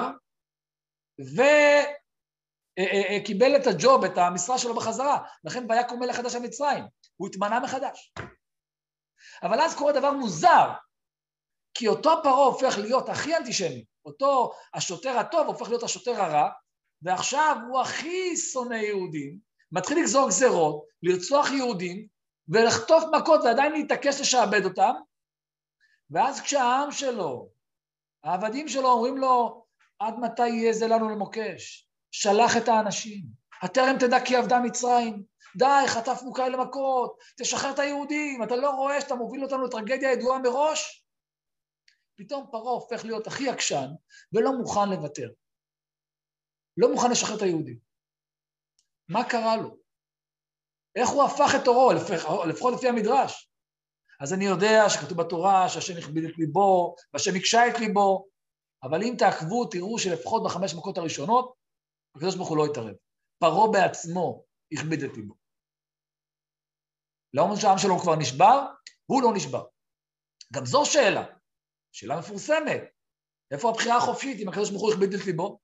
Speaker 2: וקיבל את הג'וב, את המשרה שלו בחזרה. לכן ויקום מלך חדש על מצרים. הוא התמנה מחדש. אבל אז קורה דבר מוזר, כי אותו פרעה הופך להיות הכי אנטישמי, אותו השוטר הטוב הופך להיות השוטר הרע, ועכשיו הוא הכי שונא יהודים, מתחיל לגזור גזרות, לרצוח יהודים, ולחטוף מכות ועדיין להתעקש לשעבד אותם, ואז כשהעם שלו, העבדים שלו אומרים לו, עד מתי יהיה זה לנו למוקש? שלח את האנשים, הטרם תדע כי עבדה מצרים, די, חטף מוקאי למכות, תשחרר את היהודים, אתה לא רואה שאתה מוביל אותנו לטרגדיה ידועה מראש? פתאום פרעה הופך להיות הכי עקשן, ולא מוכן לוותר. לא מוכן לשחרר את היהודים. מה קרה לו? איך הוא הפך את תורו, לפחות לפי המדרש? אז אני יודע שכתוב בתורה שהשם הכביד את ליבו, והשם הקשה את ליבו, אבל אם תעקבו, תראו שלפחות בחמש מכות הראשונות, הקדוש ברוך הוא לא יתערב. פרעה בעצמו הכביד את ליבו. לא אומר שהעם שלו כבר נשבר, הוא לא נשבר. גם זו שאלה, שאלה מפורסמת. איפה הבחירה החופשית אם הקדוש ברוך הוא הכביד את ליבו?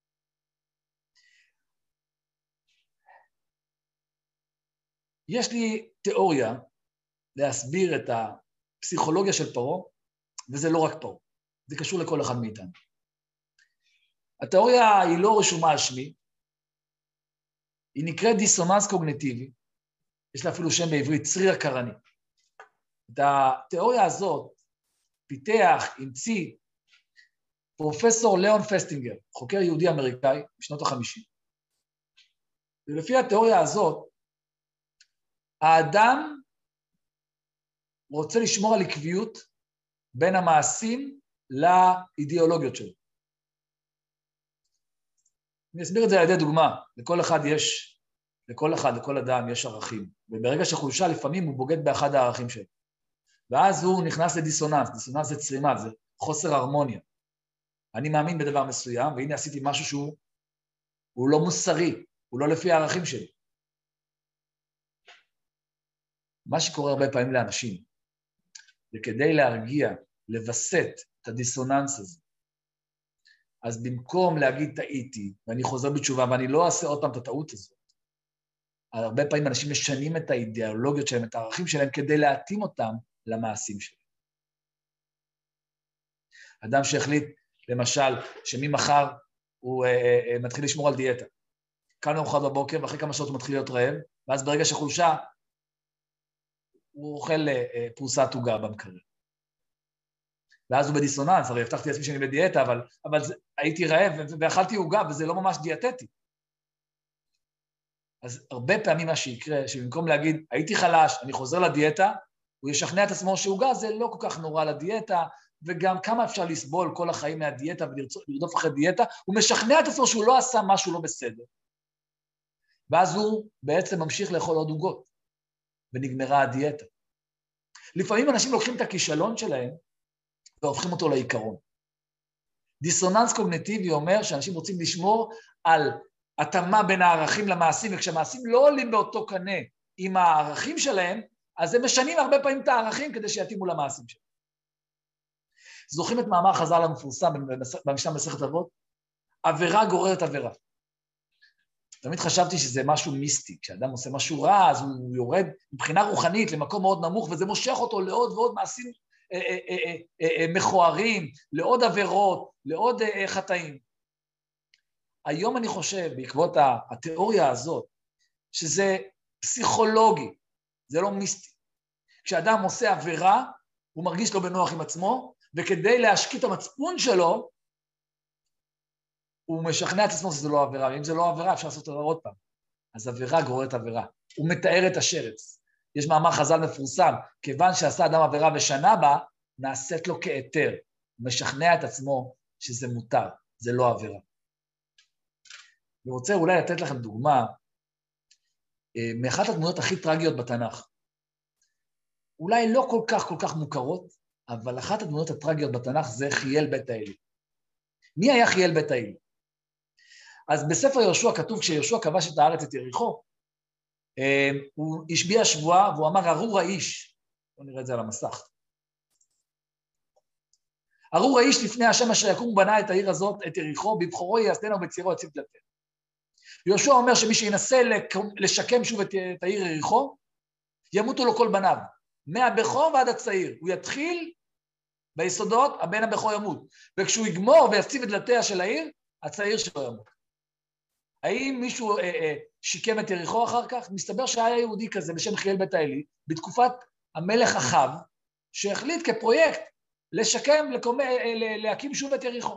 Speaker 2: יש לי תיאוריה להסביר את הפסיכולוגיה של פרעה, וזה לא רק פרעה, זה קשור לכל אחד מאיתנו. התיאוריה היא לא רשומה על שמי, היא נקראת דיסוננס קוגניטיבי, יש לה אפילו שם בעברית, צריר הקרני. את התיאוריה הזאת פיתח, המציא, פרופסור ליאון פסטינגר, חוקר יהודי אמריקאי, בשנות החמישים. ולפי התיאוריה הזאת, האדם רוצה לשמור על עקביות בין המעשים לאידיאולוגיות שלו. אני אסביר את זה על ידי דוגמה. לכל אחד יש, לכל אחד, לכל אדם יש ערכים. וברגע שחולשה לפעמים הוא בוגד באחד הערכים שלו. ואז הוא נכנס לדיסוננס. דיסוננס זה צרימה, זה חוסר הרמוניה. אני מאמין בדבר מסוים, והנה עשיתי משהו שהוא הוא לא מוסרי, הוא לא לפי הערכים שלי. מה שקורה הרבה פעמים לאנשים, וכדי להרגיע, לבסט את הדיסוננס הזה, אז במקום להגיד טעיתי, ואני חוזר בתשובה, ואני לא אעשה עוד פעם את הטעות הזאת, הרבה פעמים אנשים משנים את האידיאולוגיות שלהם, את הערכים שלהם, כדי להתאים אותם למעשים שלהם. אדם שהחליט, למשל, שממחר הוא אה, אה, מתחיל לשמור על דיאטה. קם לארוחת בבוקר, ואחרי כמה שעות הוא מתחיל להיות רעב, ואז ברגע שחולשה, הוא אוכל אה, פרוסת עוגה במקרר. ואז הוא בדיסוננס, הרי הבטחתי לעצמי שאני בדיאטה, אבל, אבל זה, הייתי רעב ואכלתי עוגה, וזה לא ממש דיאטטי. אז הרבה פעמים מה שיקרה, שבמקום להגיד, הייתי חלש, אני חוזר לדיאטה, הוא ישכנע את עצמו שעוגה זה לא כל כך נורא לדיאטה, וגם כמה אפשר לסבול כל החיים מהדיאטה ולרדוף אחרי דיאטה, הוא משכנע את עצמו שהוא לא עשה משהו לא בסדר. ואז הוא בעצם ממשיך לאכול עוד עוגות, ונגמרה הדיאטה. לפעמים אנשים לוקחים את הכישלון שלהם, והופכים אותו לעיקרון. דיסוננס קוגניטיבי אומר שאנשים רוצים לשמור על התאמה בין הערכים למעשים, וכשהמעשים לא עולים באותו קנה עם הערכים שלהם, אז הם משנים הרבה פעמים את הערכים כדי שיתאימו למעשים שלהם. זוכרים את מאמר חז"ל המפורסם במשנה מסכת אבות? עבירה גוררת עבירה. תמיד חשבתי שזה משהו מיסטי, כשאדם עושה משהו רע, אז הוא יורד מבחינה רוחנית למקום מאוד נמוך, וזה מושך אותו לעוד ועוד מעשים מכוערים, לעוד עבירות, לעוד חטאים. היום אני חושב, בעקבות התיאוריה הזאת, שזה פסיכולוגי, זה לא מיסטי. כשאדם עושה עבירה, הוא מרגיש לא בנוח עם עצמו, וכדי להשקיט את המצפון שלו, הוא משכנע את עצמו שזה לא עבירה, ואם זה לא עבירה, אפשר לעשות את זה עוד פעם. אז עבירה גוררת עבירה. הוא מתאר את השרץ. יש מאמר חז"ל מפורסם, כיוון שעשה אדם עבירה ושנה בה, נעשית לו כהיתר. הוא משכנע את עצמו שזה מותר, זה לא עבירה. אני רוצה אולי לתת לכם דוגמה מאחת הדמויות הכי טרגיות בתנ"ך. אולי לא כל כך כל כך מוכרות, אבל אחת הדמויות הטרגיות בתנ"ך זה חיאל בית האלי. מי היה חיאל בית האלי? אז בספר יהושע כתוב, כשיהושע כבש את הארץ, את יריחו, הוא השביע שבועה, והוא אמר, ארור האיש. בואו נראה את זה על המסך. ארור האיש לפני השם אשר יקום בנה את העיר הזאת, את יריחו, בבחורו יעשנה ובצירו יציב דלתיה. יהושע אומר שמי שינסה לשקם שוב את העיר יריחו, ימותו לו כל בניו, מהבכור ועד הצעיר. הוא יתחיל ביסודות, הבן הבכור ימות. וכשהוא יגמור ויציב את דלתיה של העיר, הצעיר שלו ימות. האם מישהו אה, אה, שיקם את יריחו אחר כך? מסתבר שהיה יהודי כזה בשם חיאל בית האלי, בתקופת המלך אחאב, שהחליט כפרויקט לשקם, לקום, אה, להקים שוב את יריחו.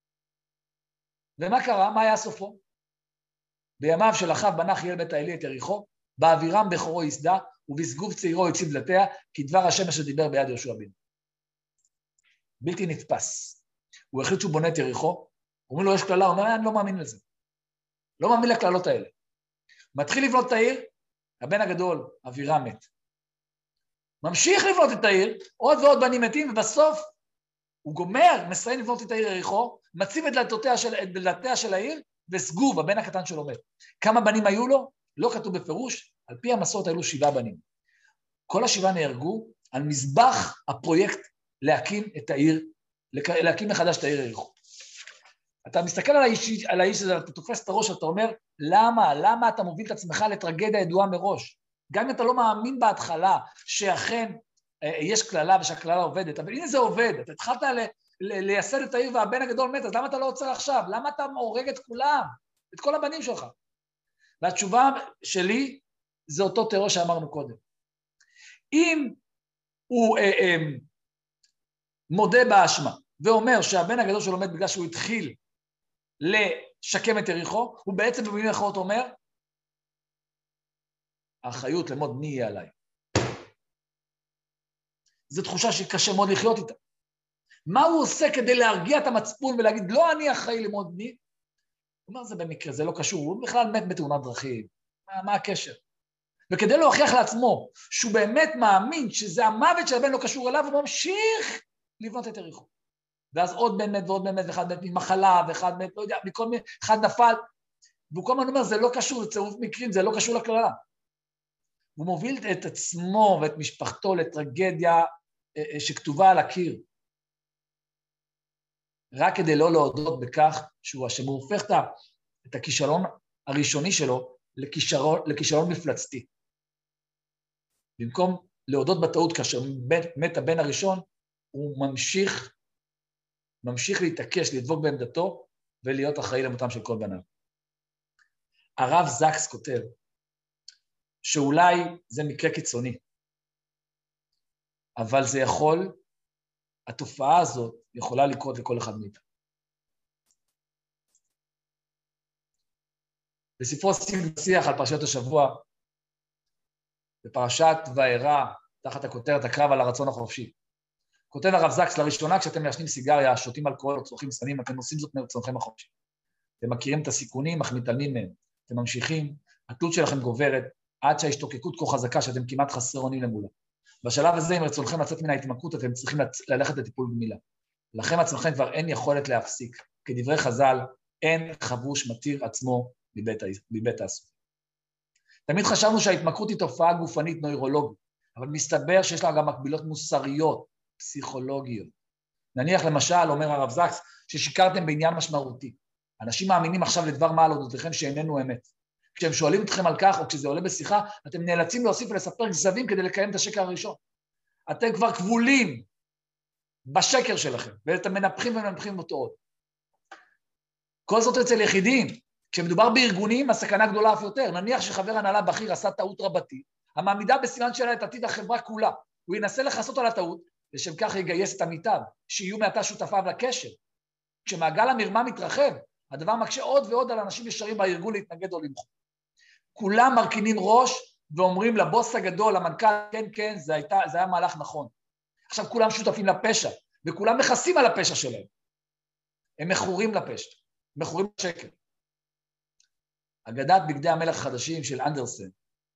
Speaker 2: ומה קרה? מה היה סופו? בימיו של אחאב בנה חיאל בית האלי את יריחו, באווירם בכורו יסדה, ובסגוב צעירו יציב דלתיה, כי דבר השם אשר דיבר ביד יהושע בן. בלתי נתפס. הוא החליט שהוא בונה את יריחו, אומרים לו יש כללה, הוא אומר, אני לא מאמין לזה. לא מאמין לכללות האלה. הוא מתחיל לבנות את העיר, הבן הגדול, אבירם מת. ממשיך לבנות את העיר, עוד ועוד בנים מתים, ובסוף הוא גומר, מסיים לבנות את העיר יריחו, מציב את דלתותיה של, את דלתיה של העיר, וסגוב, הבן הקטן שלו מת. כמה בנים היו לו? לא כתוב בפירוש, על פי המסורת היו לו שבעה בנים. כל השבעה נהרגו על מזבח הפרויקט להקים את העיר, להקים מחדש את העיר יריחו. אתה מסתכל על האיש, על האיש הזה, אתה תופס את הראש, אתה אומר, למה? למה אתה מוביל את עצמך לטרגדיה ידועה מראש? גם אם אתה לא מאמין בהתחלה שאכן אה, יש כללה ושהכללה עובדת, אבל הנה זה עובד, אתה התחלת ל, ל, לייסד את העיר והבן הגדול מת, אז למה אתה לא עוצר עכשיו? למה אתה הורג את כולם? את כל הבנים שלך? והתשובה שלי זה אותו טרור שאמרנו קודם. אם הוא אה, אה, מודה באשמה ואומר שהבן הגדול שלו מת בגלל שהוא התחיל לשקם את יריחו, הוא בעצם במילים אחרות אומר, האחריות למות בני יהיה עליי. זו תחושה שקשה מאוד לחיות איתה. מה הוא עושה כדי להרגיע את המצפון ולהגיד, לא אני אחראי למות בני? הוא אומר, זה במקרה, זה לא קשור, הוא בכלל מת בתאונת דרכים. מה, מה הקשר? וכדי להוכיח לעצמו שהוא באמת מאמין שזה המוות של הבן לא קשור אליו, הוא ממשיך לבנות את יריחו. ואז עוד בן מת ועוד בן מת, ואחד מת ממחלה, ואחד מת, לא יודע, מכל מיני, אחד נפל, והוא כל הזמן אומר, זה לא קשור, זה צירוף מקרים, זה לא קשור לכללה. הוא מוביל את עצמו ואת משפחתו לטרגדיה שכתובה על הקיר, רק כדי לא להודות בכך שהוא אשם. הוא הופך את הכישלון הראשוני שלו לכישלון, לכישלון מפלצתי. במקום להודות בטעות כאשר מת הבן הראשון, הוא ממשיך, ממשיך להתעקש, לדבוק בעמדתו, ולהיות אחראי למותם של כל בניו. הרב זקס כותב, שאולי זה מקרה קיצוני, אבל זה יכול, התופעה הזאת יכולה לקרות לכל אחד מאיתנו. בספרו שיג ושיח על פרשיות השבוע, בפרשת וארא, תחת הכותרת הקרב על הרצון החופשי, כותב הרב זקס, לראשונה כשאתם מעשנים סיגריה, שותים אלכוהול או צורכים סמים, אתם עושים זאת מרצונכם החופשי. אתם מכירים את הסיכונים, אך מתעלמים מהם. אתם ממשיכים, התלות שלכם גוברת, עד שההשתוקקות כה חזקה שאתם כמעט חסרי אונים למולה. בשלב הזה, אם רצונכם לצאת מן ההתמכרות, אתם צריכים ללכת לטיפול גמילה. לכם עצמכם כבר אין יכולת להפסיק. כדברי חז"ל, אין חבוש מתיר עצמו מבית, מבית האסור. תמיד חשבנו שההתמכרות היא תופעה גופנית נוירולוגית, אבל מסתבר שיש לה גם מקבילות מוסריות, פסיכולוגיות. נניח למשל, אומר הרב זקס, ששיקרתם בעניין משמעותי. אנשים מאמינים עכשיו לדבר מה על אודותיכם שאיננו אמת. כשהם שואלים אתכם על כך, או כשזה עולה בשיחה, אתם נאלצים להוסיף ולספר כזבים כדי לקיים את השקר הראשון. אתם כבר כבולים בשקר שלכם, ואתם מנפחים ומנפחים אותו עוד. כל זאת אצל יחידים. כשמדובר בארגונים, הסכנה גדולה אף יותר. נניח שחבר הנהלה בכיר עשה טעות רבתי, המעמידה בסימן שלה את עתיד החברה כולה. הוא ינסה לחסות על הטעות, לשם כך יגייס את עמיתיו, שיהיו מעתה שותפיו לקשר. כשמעגל המרמה מתרחב, הדבר מקשה עוד ועוד על אנשים ישרים בארגון להתנגד או למחוק. כולם מרכינים ראש ואומרים לבוס הגדול, למנכ"ל, כן, כן, זה, הייתה, זה היה מהלך נכון. עכשיו כולם שותפים לפשע, וכולם מכסים על הפשע שלהם. הם מכורים לפשע, מכורים לשקר. אגדת בגדי המלך החדשים של אנדרסן,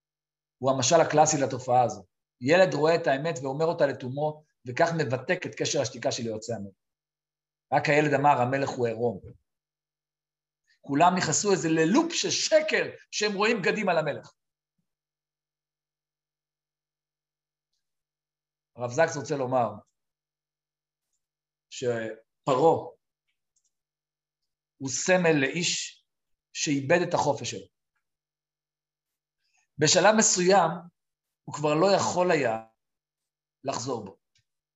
Speaker 2: הוא המשל הקלאסי לתופעה הזו. ילד רואה את האמת ואומר אותה לתומו, וכך מבטק את קשר השתיקה של יועצי המלך. רק הילד אמר, המלך הוא עירום. כולם נכנסו איזה ללופ של שקר, שהם רואים בגדים על המלך. הרב זקס רוצה לומר, שפרו הוא סמל לאיש שאיבד את החופש שלו. בשלב מסוים הוא כבר לא יכול היה לחזור בו.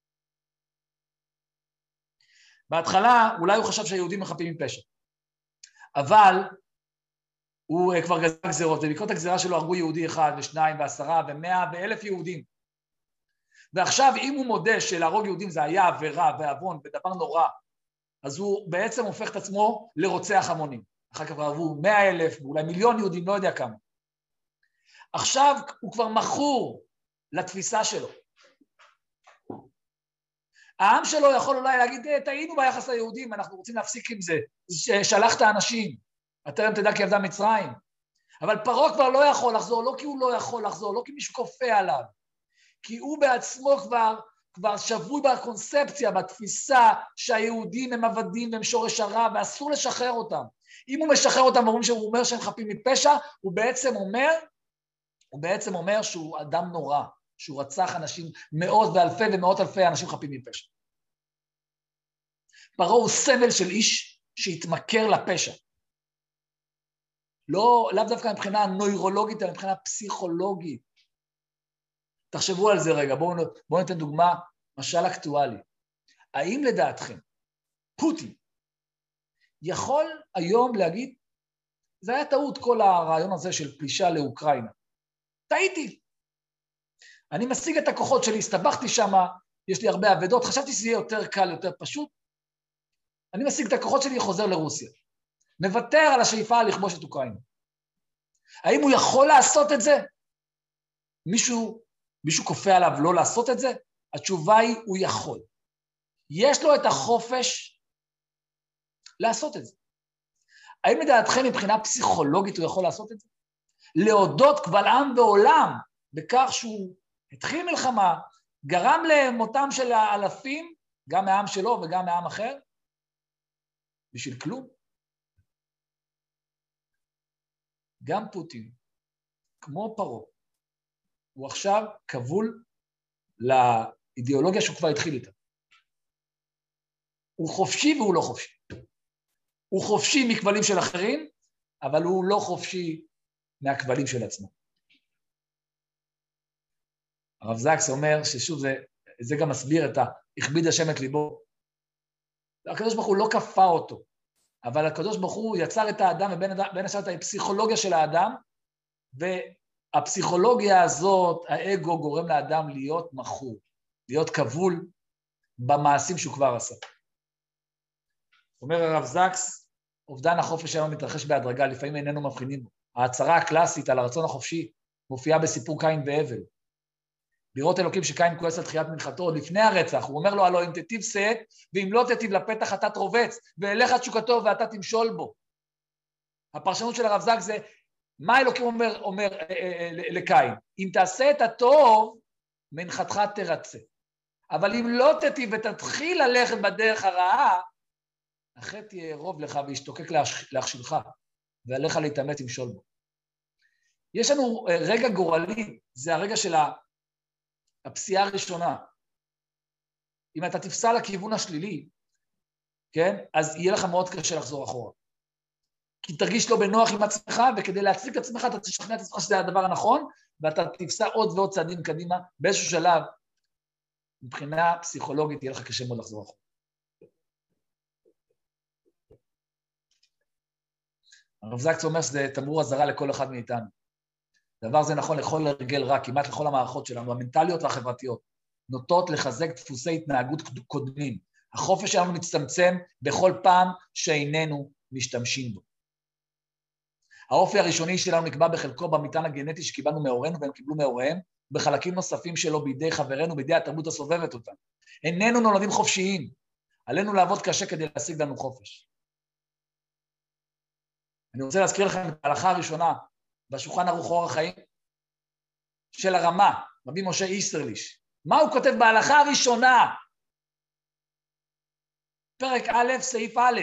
Speaker 2: בהתחלה אולי הוא חשב שהיהודים מחפים מפשע, אבל הוא כבר גזר גזירות, ובעקבות הגזירה שלו הרגו יהודי אחד ושניים ועשרה ומאה ואלף יהודים. ועכשיו אם הוא מודה שלהרוג יהודים זה היה עבירה ועוון ודבר נורא, אז הוא בעצם הופך את עצמו לרוצח המונים. אחר כך הרגו מאה אלף, ואולי מיליון יהודים, לא יודע כמה. עכשיו הוא כבר מכור לתפיסה שלו. העם שלו יכול אולי להגיד, טעינו ביחס ליהודים, אנחנו רוצים להפסיק עם זה, שלחת אנשים, הטרם תדע כי עבדה מצרים. אבל פרעה כבר לא יכול לחזור, לא כי הוא לא יכול לחזור, לא כי מישהו כופה עליו, כי הוא בעצמו כבר, כבר שבוי בקונספציה, בתפיסה שהיהודים הם עבדים והם שורש הרע, ואסור לשחרר אותם. אם הוא משחרר אותם ואומרים שהוא אומר שהם חפים מפשע, הוא בעצם אומר, הוא בעצם אומר שהוא אדם נורא, שהוא רצח אנשים, מאות ואלפי ומאות אלפי אנשים חפים מפשע. פרעה הוא סמל של איש שהתמכר לפשע. לא, לאו דווקא מבחינה נוירולוגית, אלא מבחינה פסיכולוגית. תחשבו על זה רגע, בואו, בואו ניתן דוגמה, משל אקטואלי. האם לדעתכם, פוטין יכול היום להגיד, זה היה טעות כל הרעיון הזה של פלישה לאוקראינה. טעיתי. אני משיג את הכוחות שלי, הסתבכתי שם, יש לי הרבה עבדות, חשבתי שזה יהיה יותר קל, יותר פשוט. אני משיג את הכוחות שלי, חוזר לרוסיה. מוותר על השאיפה לכבוש את אוקראינה. האם הוא יכול לעשות את זה? מישהו, מישהו כופה עליו לא לעשות את זה? התשובה היא, הוא יכול. יש לו את החופש לעשות את זה. האם לדעתכם מבחינה פסיכולוגית הוא יכול לעשות את זה? להודות קבל עם ועולם בכך שהוא התחיל מלחמה, גרם למותם של האלפים, גם מהעם שלו וגם מהעם אחר, בשביל כלום. גם פוטין, כמו פרעה, הוא עכשיו כבול לאידיאולוגיה שהוא כבר התחיל איתה. הוא חופשי והוא לא חופשי. הוא חופשי מכבלים של אחרים, אבל הוא לא חופשי מהכבלים של עצמו. הרב זקס אומר ששוב זה, זה גם מסביר את הכביד השם את ליבו. הקדוש ברוך הוא לא כפה אותו, אבל הקדוש ברוך הוא יצר את האדם, ובין השאר את הפסיכולוגיה של האדם, והפסיכולוגיה הזאת, האגו גורם לאדם להיות מכור, להיות כבול במעשים שהוא כבר עשה. אומר הרב זקס, אובדן החופש שלנו מתרחש בהדרגה, לפעמים איננו מבחינים בו. ההצהרה הקלאסית על הרצון החופשי מופיעה בסיפור קין והבל. לראות אלוקים שקין כועס על תחיית מנחתו, עוד לפני הרצח, הוא אומר לו, הלא אם תטיב שאת, ואם לא תטיב לפתח אתה תרובץ, ואליך תשוקתו ואתה תמשול בו. הפרשנות של הרב זקס זה, מה אלוקים אומר, אומר לקין? אם תעשה את הטוב, מנחתך תרצה. אבל אם לא תטיב ותתחיל ללכת בדרך הרעה, החטא יערוב לך וישתוקק להכשילך, ועליך להתאמץ למשול בו. יש לנו רגע גורלי, זה הרגע של הפסיעה הראשונה. אם אתה תפסע לכיוון השלילי, כן, אז יהיה לך מאוד קשה לחזור אחורה. כי תרגיש לא בנוח עם עצמך, וכדי להצליק את עצמך, אתה תשכנע את עצמך שזה הדבר הנכון, ואתה תפסע עוד ועוד צעדים קדימה, באיזשהו שלב, מבחינה פסיכולוגית, יהיה לך קשה מאוד לחזור אחורה. הרב זקס אומר שזה תמרור אזהרה לכל אחד מאיתנו. דבר זה נכון לכל הרגל רע, כמעט לכל המערכות שלנו, המנטליות והחברתיות, נוטות לחזק דפוסי התנהגות קודמים. החופש שלנו מצטמצם בכל פעם שאיננו משתמשים בו. האופי הראשוני שלנו נקבע בחלקו במטען הגנטי שקיבלנו מהורינו והם קיבלו מהוריהם, בחלקים נוספים שלו בידי חברינו, בידי התרבות הסובבת אותנו. איננו נולדים חופשיים, עלינו לעבוד קשה כדי להשיג לנו חופש. אני רוצה להזכיר לכם את ההלכה הראשונה, בשולחן ערוך אורח חיים, של הרמה, רבי משה איסרליש. מה הוא כותב בהלכה הראשונה? פרק א', סעיף א'.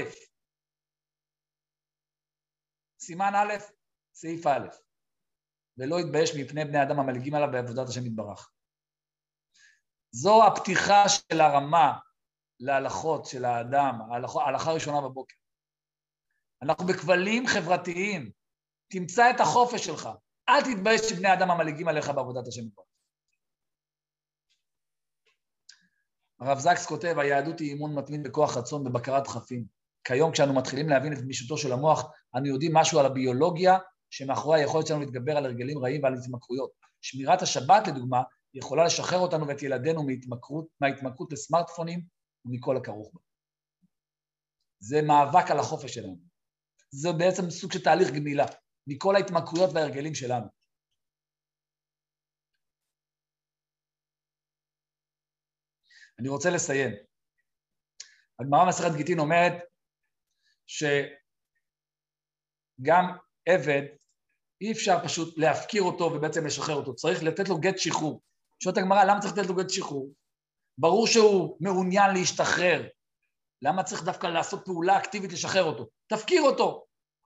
Speaker 2: סימן א', סעיף א'. ולא יתבייש מפני בני אדם המלגים עליו בעבודת השם יתברך. זו הפתיחה של הרמה להלכות של האדם, ההלכה הראשונה בבוקר. אנחנו בכבלים חברתיים, תמצא את החופש שלך, אל תתבייש שבני האדם המלגים עליך בעבודת השם יתברך. הרב זקס כותב, היהדות היא אימון מתמיד בכוח רצון בבקרת חפים. כיום כשאנו מתחילים להבין את גמישותו של המוח, אנו יודעים משהו על הביולוגיה, שמאחורי היכולת שלנו להתגבר על הרגלים רעים ועל התמכרויות. שמירת השבת, לדוגמה, יכולה לשחרר אותנו ואת ילדינו מהתמכרות, מההתמכרות לסמארטפונים ומכל הכרוך בה. זה מאבק על החופש שלנו. זה בעצם סוג של תהליך גמילה, מכל ההתמכרויות וההרגלים שלנו. אני רוצה לסיים. הגמרא במסכת גיטין אומרת שגם עבד, אי אפשר פשוט להפקיר אותו ובעצם לשחרר אותו, צריך לתת לו גט שחרור. שואלת הגמרא, למה צריך לתת לו גט שחרור? ברור שהוא מעוניין להשתחרר. למה צריך דווקא לעשות פעולה אקטיבית לשחרר אותו? תפקיר אותו.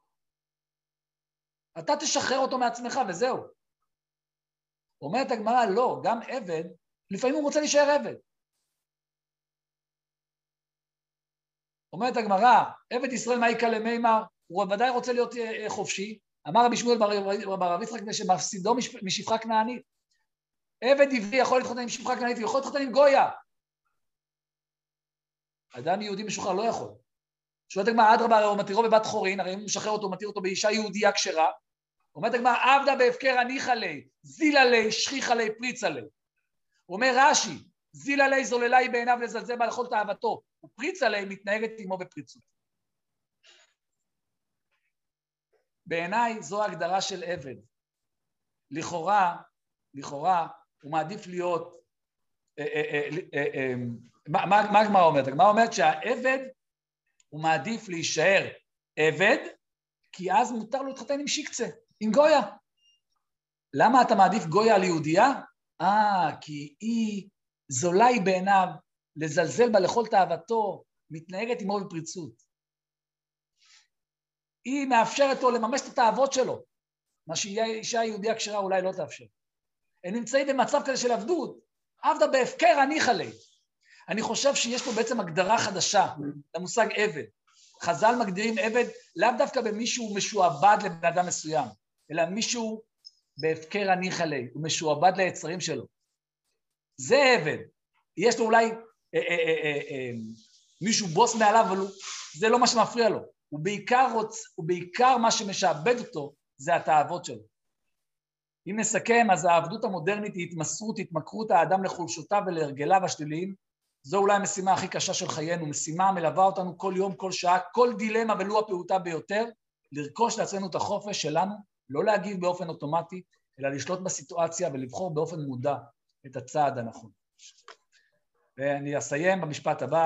Speaker 2: אתה תשחרר אותו מעצמך וזהו. אומרת הגמרא, לא, גם עבד, לפעמים הוא רוצה להישאר עבד. אומרת הגמרא, עבד ישראל מה יקה למימר? הוא ודאי רוצה להיות חופשי. אמר רבי שמואל בר יצחק שמפסידו משפחה כנענית. עבד עברי יכול להתחתן עם שפחה כנענית, הוא יכול להתחתן עם גויה. אדם יהודי משוחרר לא יכול. שואלת הגמרא, אדרבה, הוא מתירו בבת חורין, הרי אם הוא משחרר אותו, מתיר אותו באישה יהודייה כשרה. אומרת הגמרא, עבדה בהפקר הניחא ליה, זילה ליה, שכיחא ליה, פריצה ליה. הוא אומר רש"י, זילה ליה זוללה היא בעיניו לזלזל בה לכל תאוותו, ופריצה ליה מתנהגת עמו בפריצות. בעיניי זו ההגדרה של עבד. לכאורה, לכאורה, הוא מעדיף להיות... מה הגמרא אומרת? הגמרא אומרת שהעבד הוא מעדיף להישאר עבד, כי אז מותר לו להתחתן עם שיקצה, עם גויה. למה אתה מעדיף גויה על יהודייה? אה, כי היא זולה היא בעיניו, לזלזל בה לכל תאוותו, מתנהגת עמו בפריצות. היא מאפשרת לו לממש את התאוות שלו, מה שאישה יהודיה כשרה אולי לא תאפשר. הם נמצאים במצב כזה של עבדות, עבדה בהפקר הניחא ליה. אני חושב שיש פה בעצם הגדרה חדשה למושג עבד. חז"ל מגדירים עבד לאו דווקא במישהו משועבד לבן אדם מסוים, אלא מישהו בהפקר הניחא ליה, הוא משועבד ליצרים שלו. זה עבד. יש לו אולי אה, אה, אה, אה, מישהו בוס מעליו, אבל הוא, זה לא מה שמפריע לו. הוא בעיקר, רוצ, הוא בעיקר מה שמשעבד אותו זה התאוות שלו. אם נסכם, אז העבדות המודרנית היא התמסרות, התמכרות האדם לחולשותיו ולהרגליו השליליים. זו אולי המשימה הכי קשה של חיינו, משימה מלווה אותנו כל יום, כל שעה, כל דילמה ולו הפעוטה ביותר, לרכוש לעצמנו את החופש שלנו, לא להגיב באופן אוטומטי, אלא לשלוט בסיטואציה ולבחור באופן מודע את הצעד הנכון. ואני אסיים במשפט הבא.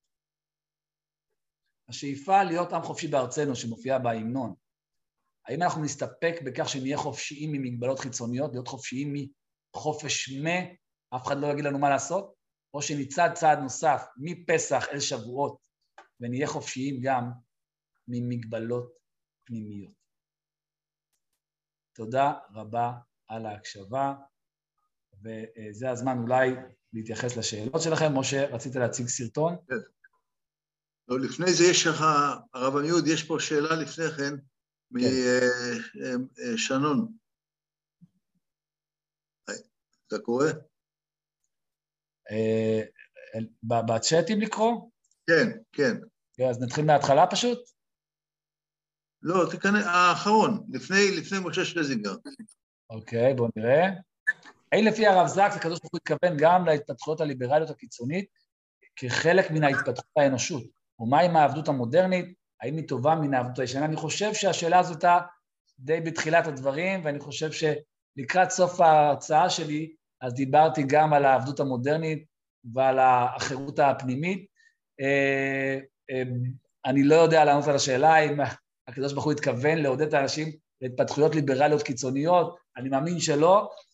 Speaker 2: השאיפה להיות עם חופשי בארצנו שמופיעה בהמנון, האם אנחנו נסתפק בכך שנהיה חופשיים ממגבלות חיצוניות, להיות חופשיים מחופש מה, אף אחד לא יגיד לנו מה לעשות, או שנצעד צעד נוסף מפסח אל שבועות, ונהיה חופשיים גם ממגבלות פנימיות. תודה רבה על ההקשבה, וזה הזמן אולי להתייחס לשאלות שלכם. משה, רצית להציג סרטון?
Speaker 3: כן. לא, לפני זה יש לך, הרב עמיהוד, יש פה שאלה לפני כן, משנון. אתה קורא?
Speaker 2: בצ'אטים לקרוא?
Speaker 3: כן, כן.
Speaker 2: אז נתחיל מההתחלה פשוט?
Speaker 3: לא, תכנס, האחרון, לפני משה שלזינגר.
Speaker 2: אוקיי, בואו נראה. האם לפי הרב זקס, הקדוש ברוך הוא התכוון גם להתפתחויות הליברליות הקיצונית, כחלק מן ההתפתחות האנושות? ומה עם העבדות המודרנית? האם היא טובה מן העבדות הישנה? אני חושב שהשאלה הזאת הייתה די בתחילת הדברים, ואני חושב שלקראת סוף ההרצאה שלי, אז דיברתי גם על העבדות המודרנית ועל החירות הפנימית. אני לא יודע לענות על השאלה אם הקדוש ברוך הוא התכוון לעודד את האנשים להתפתחויות ליברליות קיצוניות, אני מאמין שלא,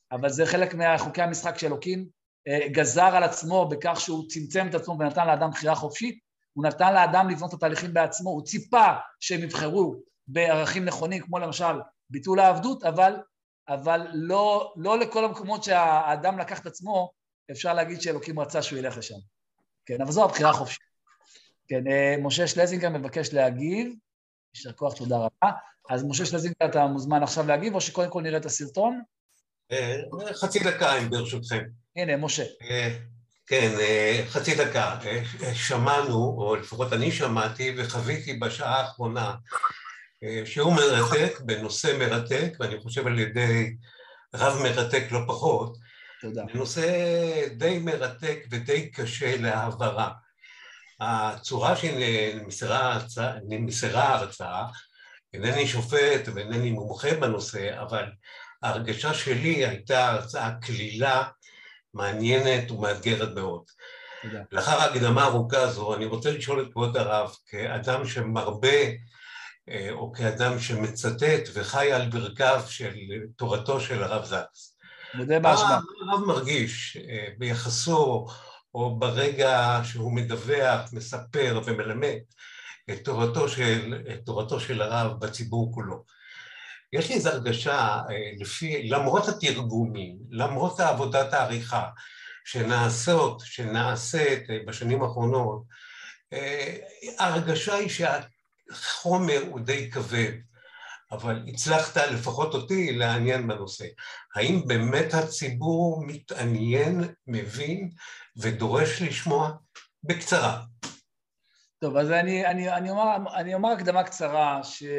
Speaker 2: אבל זה חלק מהחוקי המשחק שאלוקים גזר על עצמו בכך שהוא צמצם את עצמו ונתן לאדם בחירה חופשית, הוא נתן לאדם לבנות את התהליכים בעצמו, הוא ציפה שהם יבחרו בערכים נכונים, כמו למשל ביטול העבדות, אבל, אבל לא, לא לכל המקומות שהאדם לקח את עצמו, אפשר להגיד שאלוקים רצה שהוא ילך לשם. כן, אבל זו הבחירה החופשית. כן, משה שלזינגר מבקש להגיב, יישר כוח, תודה רבה. אז משה שלזינגר, אתה מוזמן עכשיו להגיב, או שקודם כל נראה את הסרטון?
Speaker 4: חצי דקה, אם ברשותכם.
Speaker 2: הנה, משה.
Speaker 4: כן, חצי דקה. שמענו, או לפחות אני שמעתי וחוויתי בשעה האחרונה, שהוא מרתק, בנושא מרתק, ואני חושב על ידי רב מרתק לא פחות,
Speaker 2: תודה.
Speaker 4: בנושא די מרתק ודי קשה להעברה. הצורה שנמסרה ההרצאה, אינני שופט ואינני מומחה בנושא, אבל ההרגשה שלי הייתה הרצאה כלילה, מעניינת ומאתגרת מאוד.
Speaker 2: תודה.
Speaker 4: לאחר ההקדמה הארוכה הזו, אני רוצה לשאול את כבוד הרב, כאדם שמרבה, או כאדם שמצטט וחי על ברכיו של תורתו של הרב זקס.
Speaker 2: מודה באשמה.
Speaker 4: הרב מרגיש ביחסו, או ברגע שהוא מדווח, מספר ומלמד את תורתו של, את תורתו של הרב בציבור כולו. יש לי איזו הרגשה, לפי, למרות התרגומים, למרות עבודת העריכה שנעשות, שנעשית בשנים האחרונות, ההרגשה היא שהחומר הוא די כבד, אבל הצלחת לפחות אותי לעניין בנושא. האם באמת הציבור מתעניין, מבין ודורש לשמוע? בקצרה.
Speaker 2: טוב, אז אני, אני, אני אומר, אני אומר הקדמה קצרה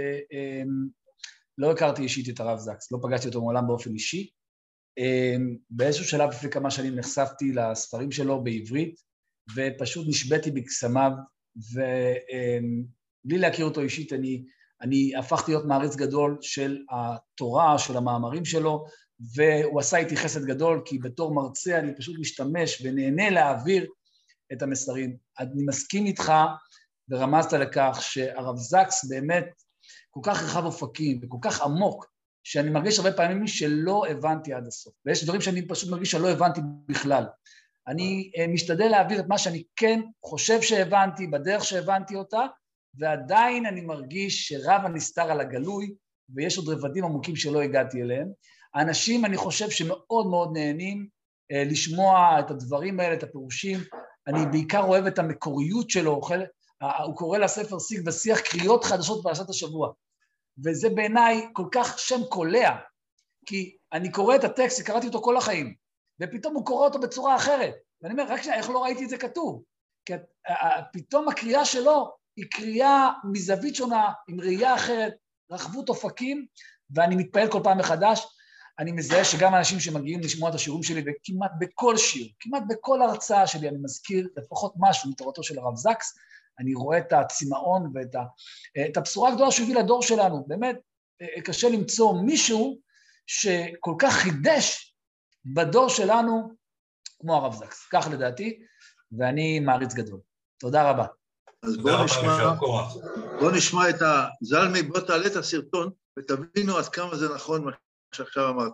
Speaker 2: שלא הכרתי אישית את הרב זקס, לא פגשתי אותו מעולם באופן אישי. באיזשהו שלב לפני כמה שנים נחשפתי לספרים שלו בעברית, ופשוט נשבתי בקסמיו, ובלי להכיר אותו אישית, אני, אני הפכתי להיות מעריץ גדול של התורה, של המאמרים שלו, והוא עשה איתי חסד גדול, כי בתור מרצה אני פשוט משתמש ונהנה להעביר את המסרים. אני מסכים איתך ורמזת לכך שהרב זקס באמת כל כך רחב אופקים וכל כך עמוק, שאני מרגיש הרבה פעמים שלא הבנתי עד הסוף. ויש דברים שאני פשוט מרגיש שלא הבנתי בכלל. אני משתדל להעביר את מה שאני כן חושב שהבנתי, בדרך שהבנתי אותה, ועדיין אני מרגיש שרב הנסתר על הגלוי, ויש עוד רבדים עמוקים שלא הגעתי אליהם. האנשים, אני חושב שמאוד מאוד נהנים לשמוע את הדברים האלה, את הפירושים. אני בעיקר אוהב את המקוריות שלו, הוא קורא לספר שיג ושיח קריאות חדשות בפרשת השבוע. וזה בעיניי כל כך שם קולע, כי אני קורא את הטקסט, קראתי אותו כל החיים, ופתאום הוא קורא אותו בצורה אחרת. ואני אומר, רק איך לא ראיתי את זה כתוב? כי פתאום הקריאה שלו היא קריאה מזווית שונה, עם ראייה אחרת, רחבות אופקים, ואני מתפעל כל פעם מחדש. אני מזהה שגם אנשים שמגיעים לשמוע את השיעורים שלי, וכמעט בכל שיעור, כמעט בכל הרצאה שלי, אני מזכיר לפחות משהו מתורתו של הרב זקס, אני רואה את הצמאון ואת ה, את הבשורה הגדולה שהוא הביא לדור שלנו. באמת, קשה למצוא מישהו שכל כך חידש בדור שלנו, כמו הרב זקס. כך לדעתי, ואני מעריץ גדול. תודה רבה.
Speaker 3: אז בואו נשמע, בוא נשמע את הזלמי, בוא תעלה את הסרטון, ותבינו עד כמה זה נכון מה שעכשיו אמרת.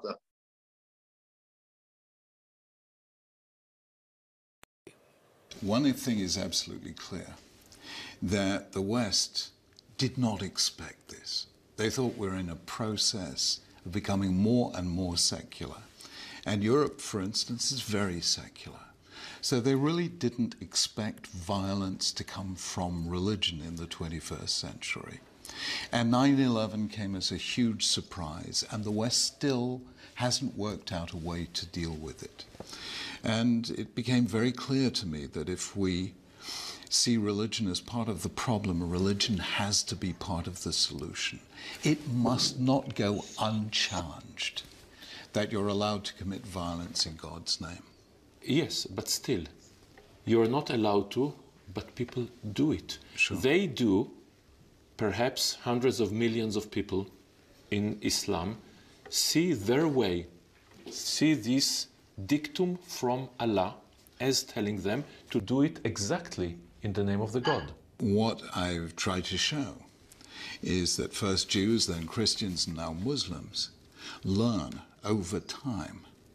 Speaker 5: One thing is absolutely clear, that the West did not expect this. They thought we were in a process of becoming more and more secular. And Europe, for instance, is very secular. So they really didn't expect violence to come from religion in the twenty-first century. And nine eleven came as a huge surprise, and the West still hasn't worked out a way to deal with it. And it became very clear to me that if we see religion as part of the problem, religion has to be part of the solution. It must not go unchallenged that you're allowed to commit violence in God's name.
Speaker 6: Yes, but still, you're not allowed to, but people do it.
Speaker 5: Sure.
Speaker 6: They do. Perhaps hundreds of millions of people in Islam see their way, see this dictum from Allah as telling them to do it exactly in the name of the God.
Speaker 5: What I've tried to show is that first Jews, then Christians, and now Muslims learn over time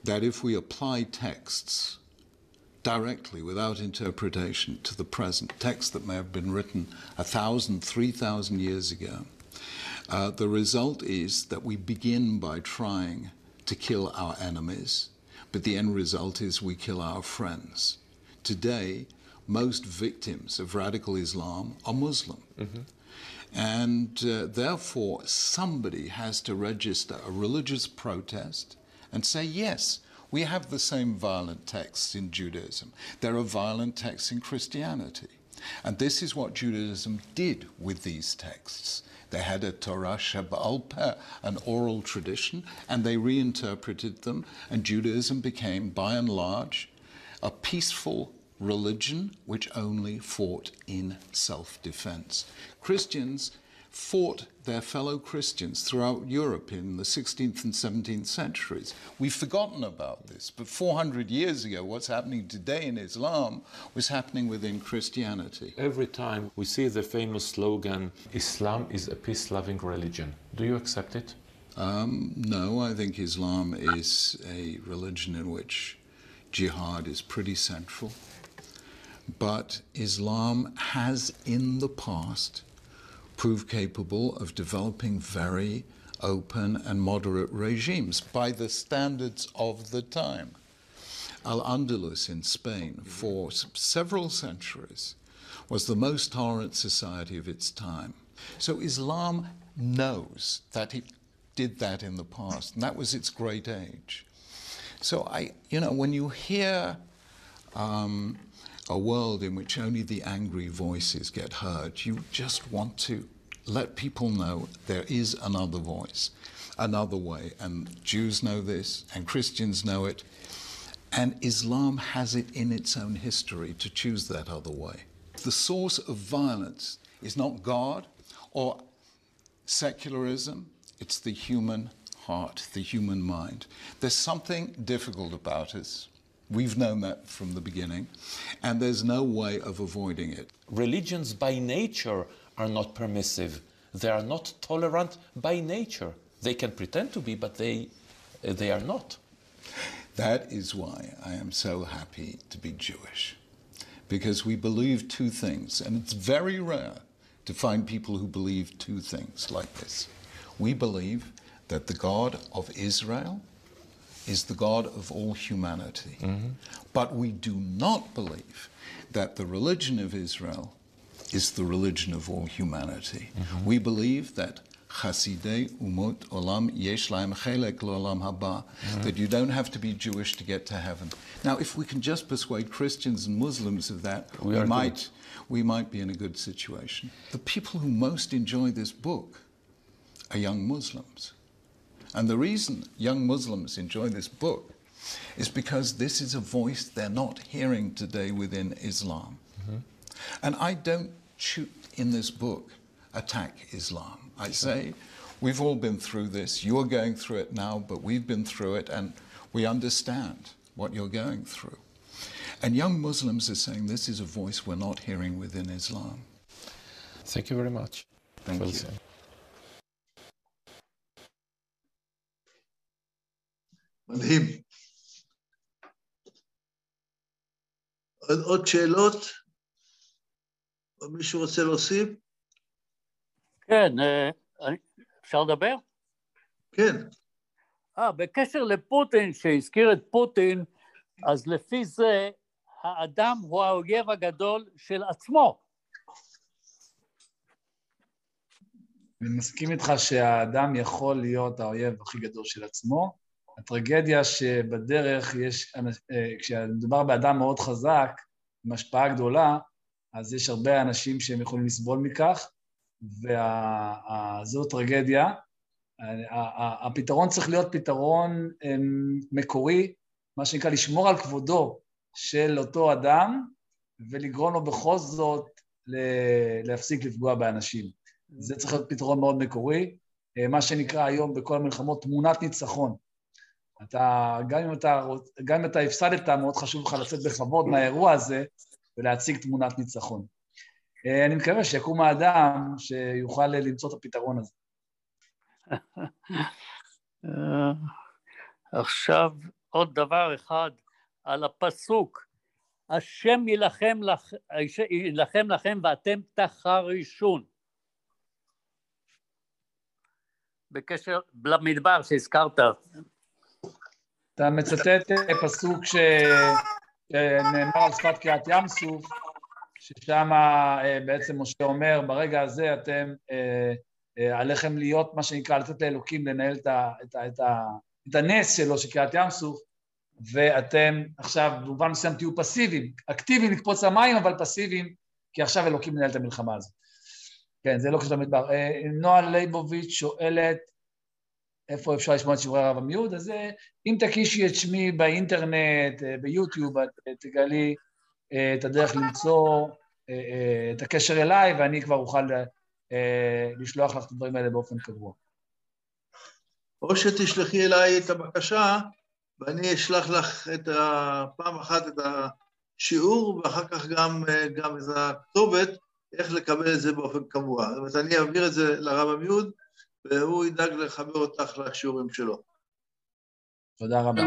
Speaker 5: that if we apply texts directly, without interpretation, to the present, texts that may have been written a thousand, three thousand years ago, uh, the result is that we begin by trying to kill our enemies, but the end result is we kill our friends. Today, most victims of radical Islam are Muslim. Mm-hmm. And uh, therefore, somebody has to register a religious protest and say, yes, we have the same violent texts in Judaism. There are violent texts in Christianity. And this is what Judaism did with these texts. They had a Torah She'ba'al Peh, an oral tradition, and they reinterpreted them, and Judaism became, by and large, a peaceful religion which only fought in self-defense. Christians fought their fellow Christians throughout Europe in the sixteenth and seventeenth centuries. We've forgotten about this, but four hundred years ago, what's happening today in Islam was happening within Christianity.
Speaker 6: Every time we see the famous slogan, Islam is a peace-loving religion. Do you accept it?
Speaker 5: Um, no, I think Islam is a religion in which jihad is pretty central. But Islam has in the past proved capable of developing very open and moderate regimes by the standards of the time. Al-Andalus in Spain for several centuries was the most tolerant society of its time. So Islam knows that it did that in the past, and that was its great age. So I, you know, when you hear um, a world in which only the angry voices get heard, you just want to let people know there is another voice, another way, and Jews know this, and Christians know it, and Islam has it in its own history to choose that other way. The source of violence is not God or secularism, it's the human heart, the human mind. There's something difficult about us. We've known that from the beginning, and there's no way of avoiding it.
Speaker 6: Religions by nature are not permissive. They are not tolerant by nature. They can pretend to be, but they, they are not.
Speaker 5: That is why I am so happy to be Jewish, because we believe two things, and it's very rare to find people who believe two things like this. We believe that the God of Israel is the God of all humanity. Mm-hmm. But we do not believe that the religion of Israel is the religion of all humanity. Mm-hmm. We believe that Chasidei Umot Olam Yesh Lahem Chelek L'Olam Haba, mm-hmm. that you don't have to be Jewish to get to heaven. Now, if we can just persuade Christians and Muslims of that, we, we might we might be in a good situation. The people who most enjoy this book are young Muslims. And the reason young Muslims enjoy this book is because this is a voice they're not hearing today within Islam. Mm-hmm. And I don't shoot in this book attack Islam. I say, we've all been through this. You're going through it now, but we've been through it, and we understand what you're going through. And young Muslims are saying this is a voice we're not hearing within Islam.
Speaker 6: Thank you very much.
Speaker 5: Thank you.
Speaker 6: Listening.
Speaker 3: מדהים. עוד, עוד שאלות? עוד מישהו רוצה להוסיף?
Speaker 7: כן, אפשר לדבר?
Speaker 3: כן.
Speaker 7: אה, בקשר לפוטין, שהזכיר את פוטין, אז לפי זה, האדם הוא האויב הגדול של עצמו.
Speaker 2: אני מסכים איתך שהאדם יכול להיות האויב הכי גדול של עצמו. הטרגדיה שבדרך יש, כשמדובר באדם מאוד חזק, עם השפעה גדולה, אז יש הרבה אנשים שהם יכולים לסבול מכך, וזו טרגדיה. הפתרון צריך להיות פתרון מקורי, מה שנקרא לשמור על כבודו של אותו אדם, ולגרום לו בכל זאת להפסיק לפגוע באנשים. זה צריך להיות פתרון מאוד מקורי, מה שנקרא היום בכל המלחמות תמונת ניצחון. אתה, גם אם אתה, גם אם אתה הפסדת, מאוד חשוב לך לצאת בכבוד מהאירוע הזה, ולהציג תמונת ניצחון. אני מקווה שיקום האדם שיוכל למצוא את הפתרון הזה.
Speaker 7: עכשיו עוד דבר אחד על הפסוק, השם ילחם, לכ... ילחם לכם ואתם תחרישון. בקשר למדבר שהזכרת.
Speaker 2: אתה מצטט פסוק ש... שנאמר על שפת קריעת ים סוף, ששם בעצם משה אומר, ברגע הזה אתם, עליכם להיות מה שנקרא, לתת לאלוקים לנהל את, ה... את, ה... את, ה... את הנס שלו של קריעת ים סוף, ואתם עכשיו במובן מסוים תהיו פסיביים, אקטיביים לקפוץ למים, אבל פסיביים, כי עכשיו אלוקים מנהל את המלחמה הזאת. כן, זה לא קשור למדבר. נועה ליבוביץ' שואלת, איפה אפשר לשמוע את שיעורי הרב עמיהוד? אז אם תקישי את שמי באינטרנט, ביוטיוב, תגלי את הדרך למצוא את הקשר אליי, ואני כבר אוכל לשלוח לך את הדברים האלה באופן קבוע.
Speaker 3: או שתשלחי אליי את הבקשה, ואני אשלח לך את פעם אחת את השיעור, ואחר כך גם, גם את הכתובת, איך לקבל את זה באופן קבוע. זאת אומרת, אני אעביר את זה לרב עמיהוד, והוא ידאג לחבר אותך לשיעורים שלו.
Speaker 2: תודה רבה.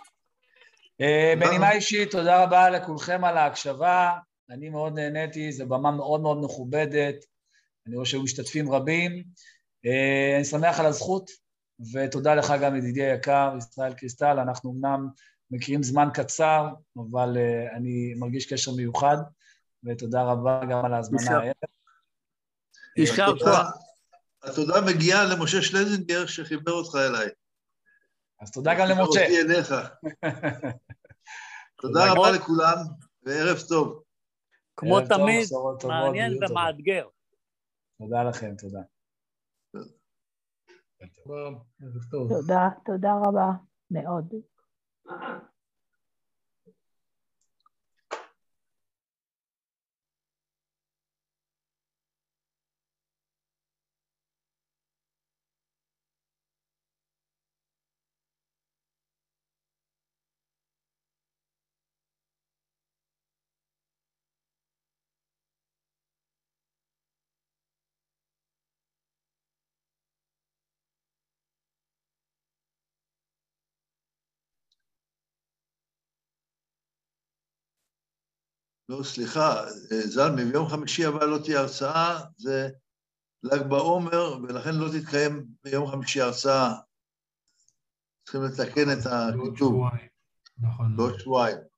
Speaker 2: בנימה אישית, תודה רבה לכולכם על ההקשבה, אני מאוד נהניתי, זו במה מאוד מאוד מכובדת, אני רואה שהיו משתתפים רבים, אני שמח על הזכות, ותודה לך גם ידידי היקר, ישראל קריסטל, אנחנו אמנם מכירים זמן קצר, אבל אני מרגיש קשר מיוחד, ותודה רבה גם על ההזמנה הערב.
Speaker 7: יישר כוח.
Speaker 3: התודה מגיעה למשה שלזינגר שחיבר אותך אליי.
Speaker 2: אז תודה גם למשה.
Speaker 3: אותי אליך. תודה רבה לכולם, וערב טוב.
Speaker 7: כמו תמיד, מעניין ומאתגר.
Speaker 2: תודה לכם, תודה.
Speaker 8: תודה, תודה רבה, מאוד.
Speaker 3: לא, סליחה, זלמי, ביום חמישי הבא לא תהיה הרצאה, זה ל"ג בעומר, ולכן לא תתקיים ביום חמישי הרצאה. צריכים לתקן את הכיתוב.
Speaker 9: בעוד שבועיים. נכון.
Speaker 3: בעוד שבועיים.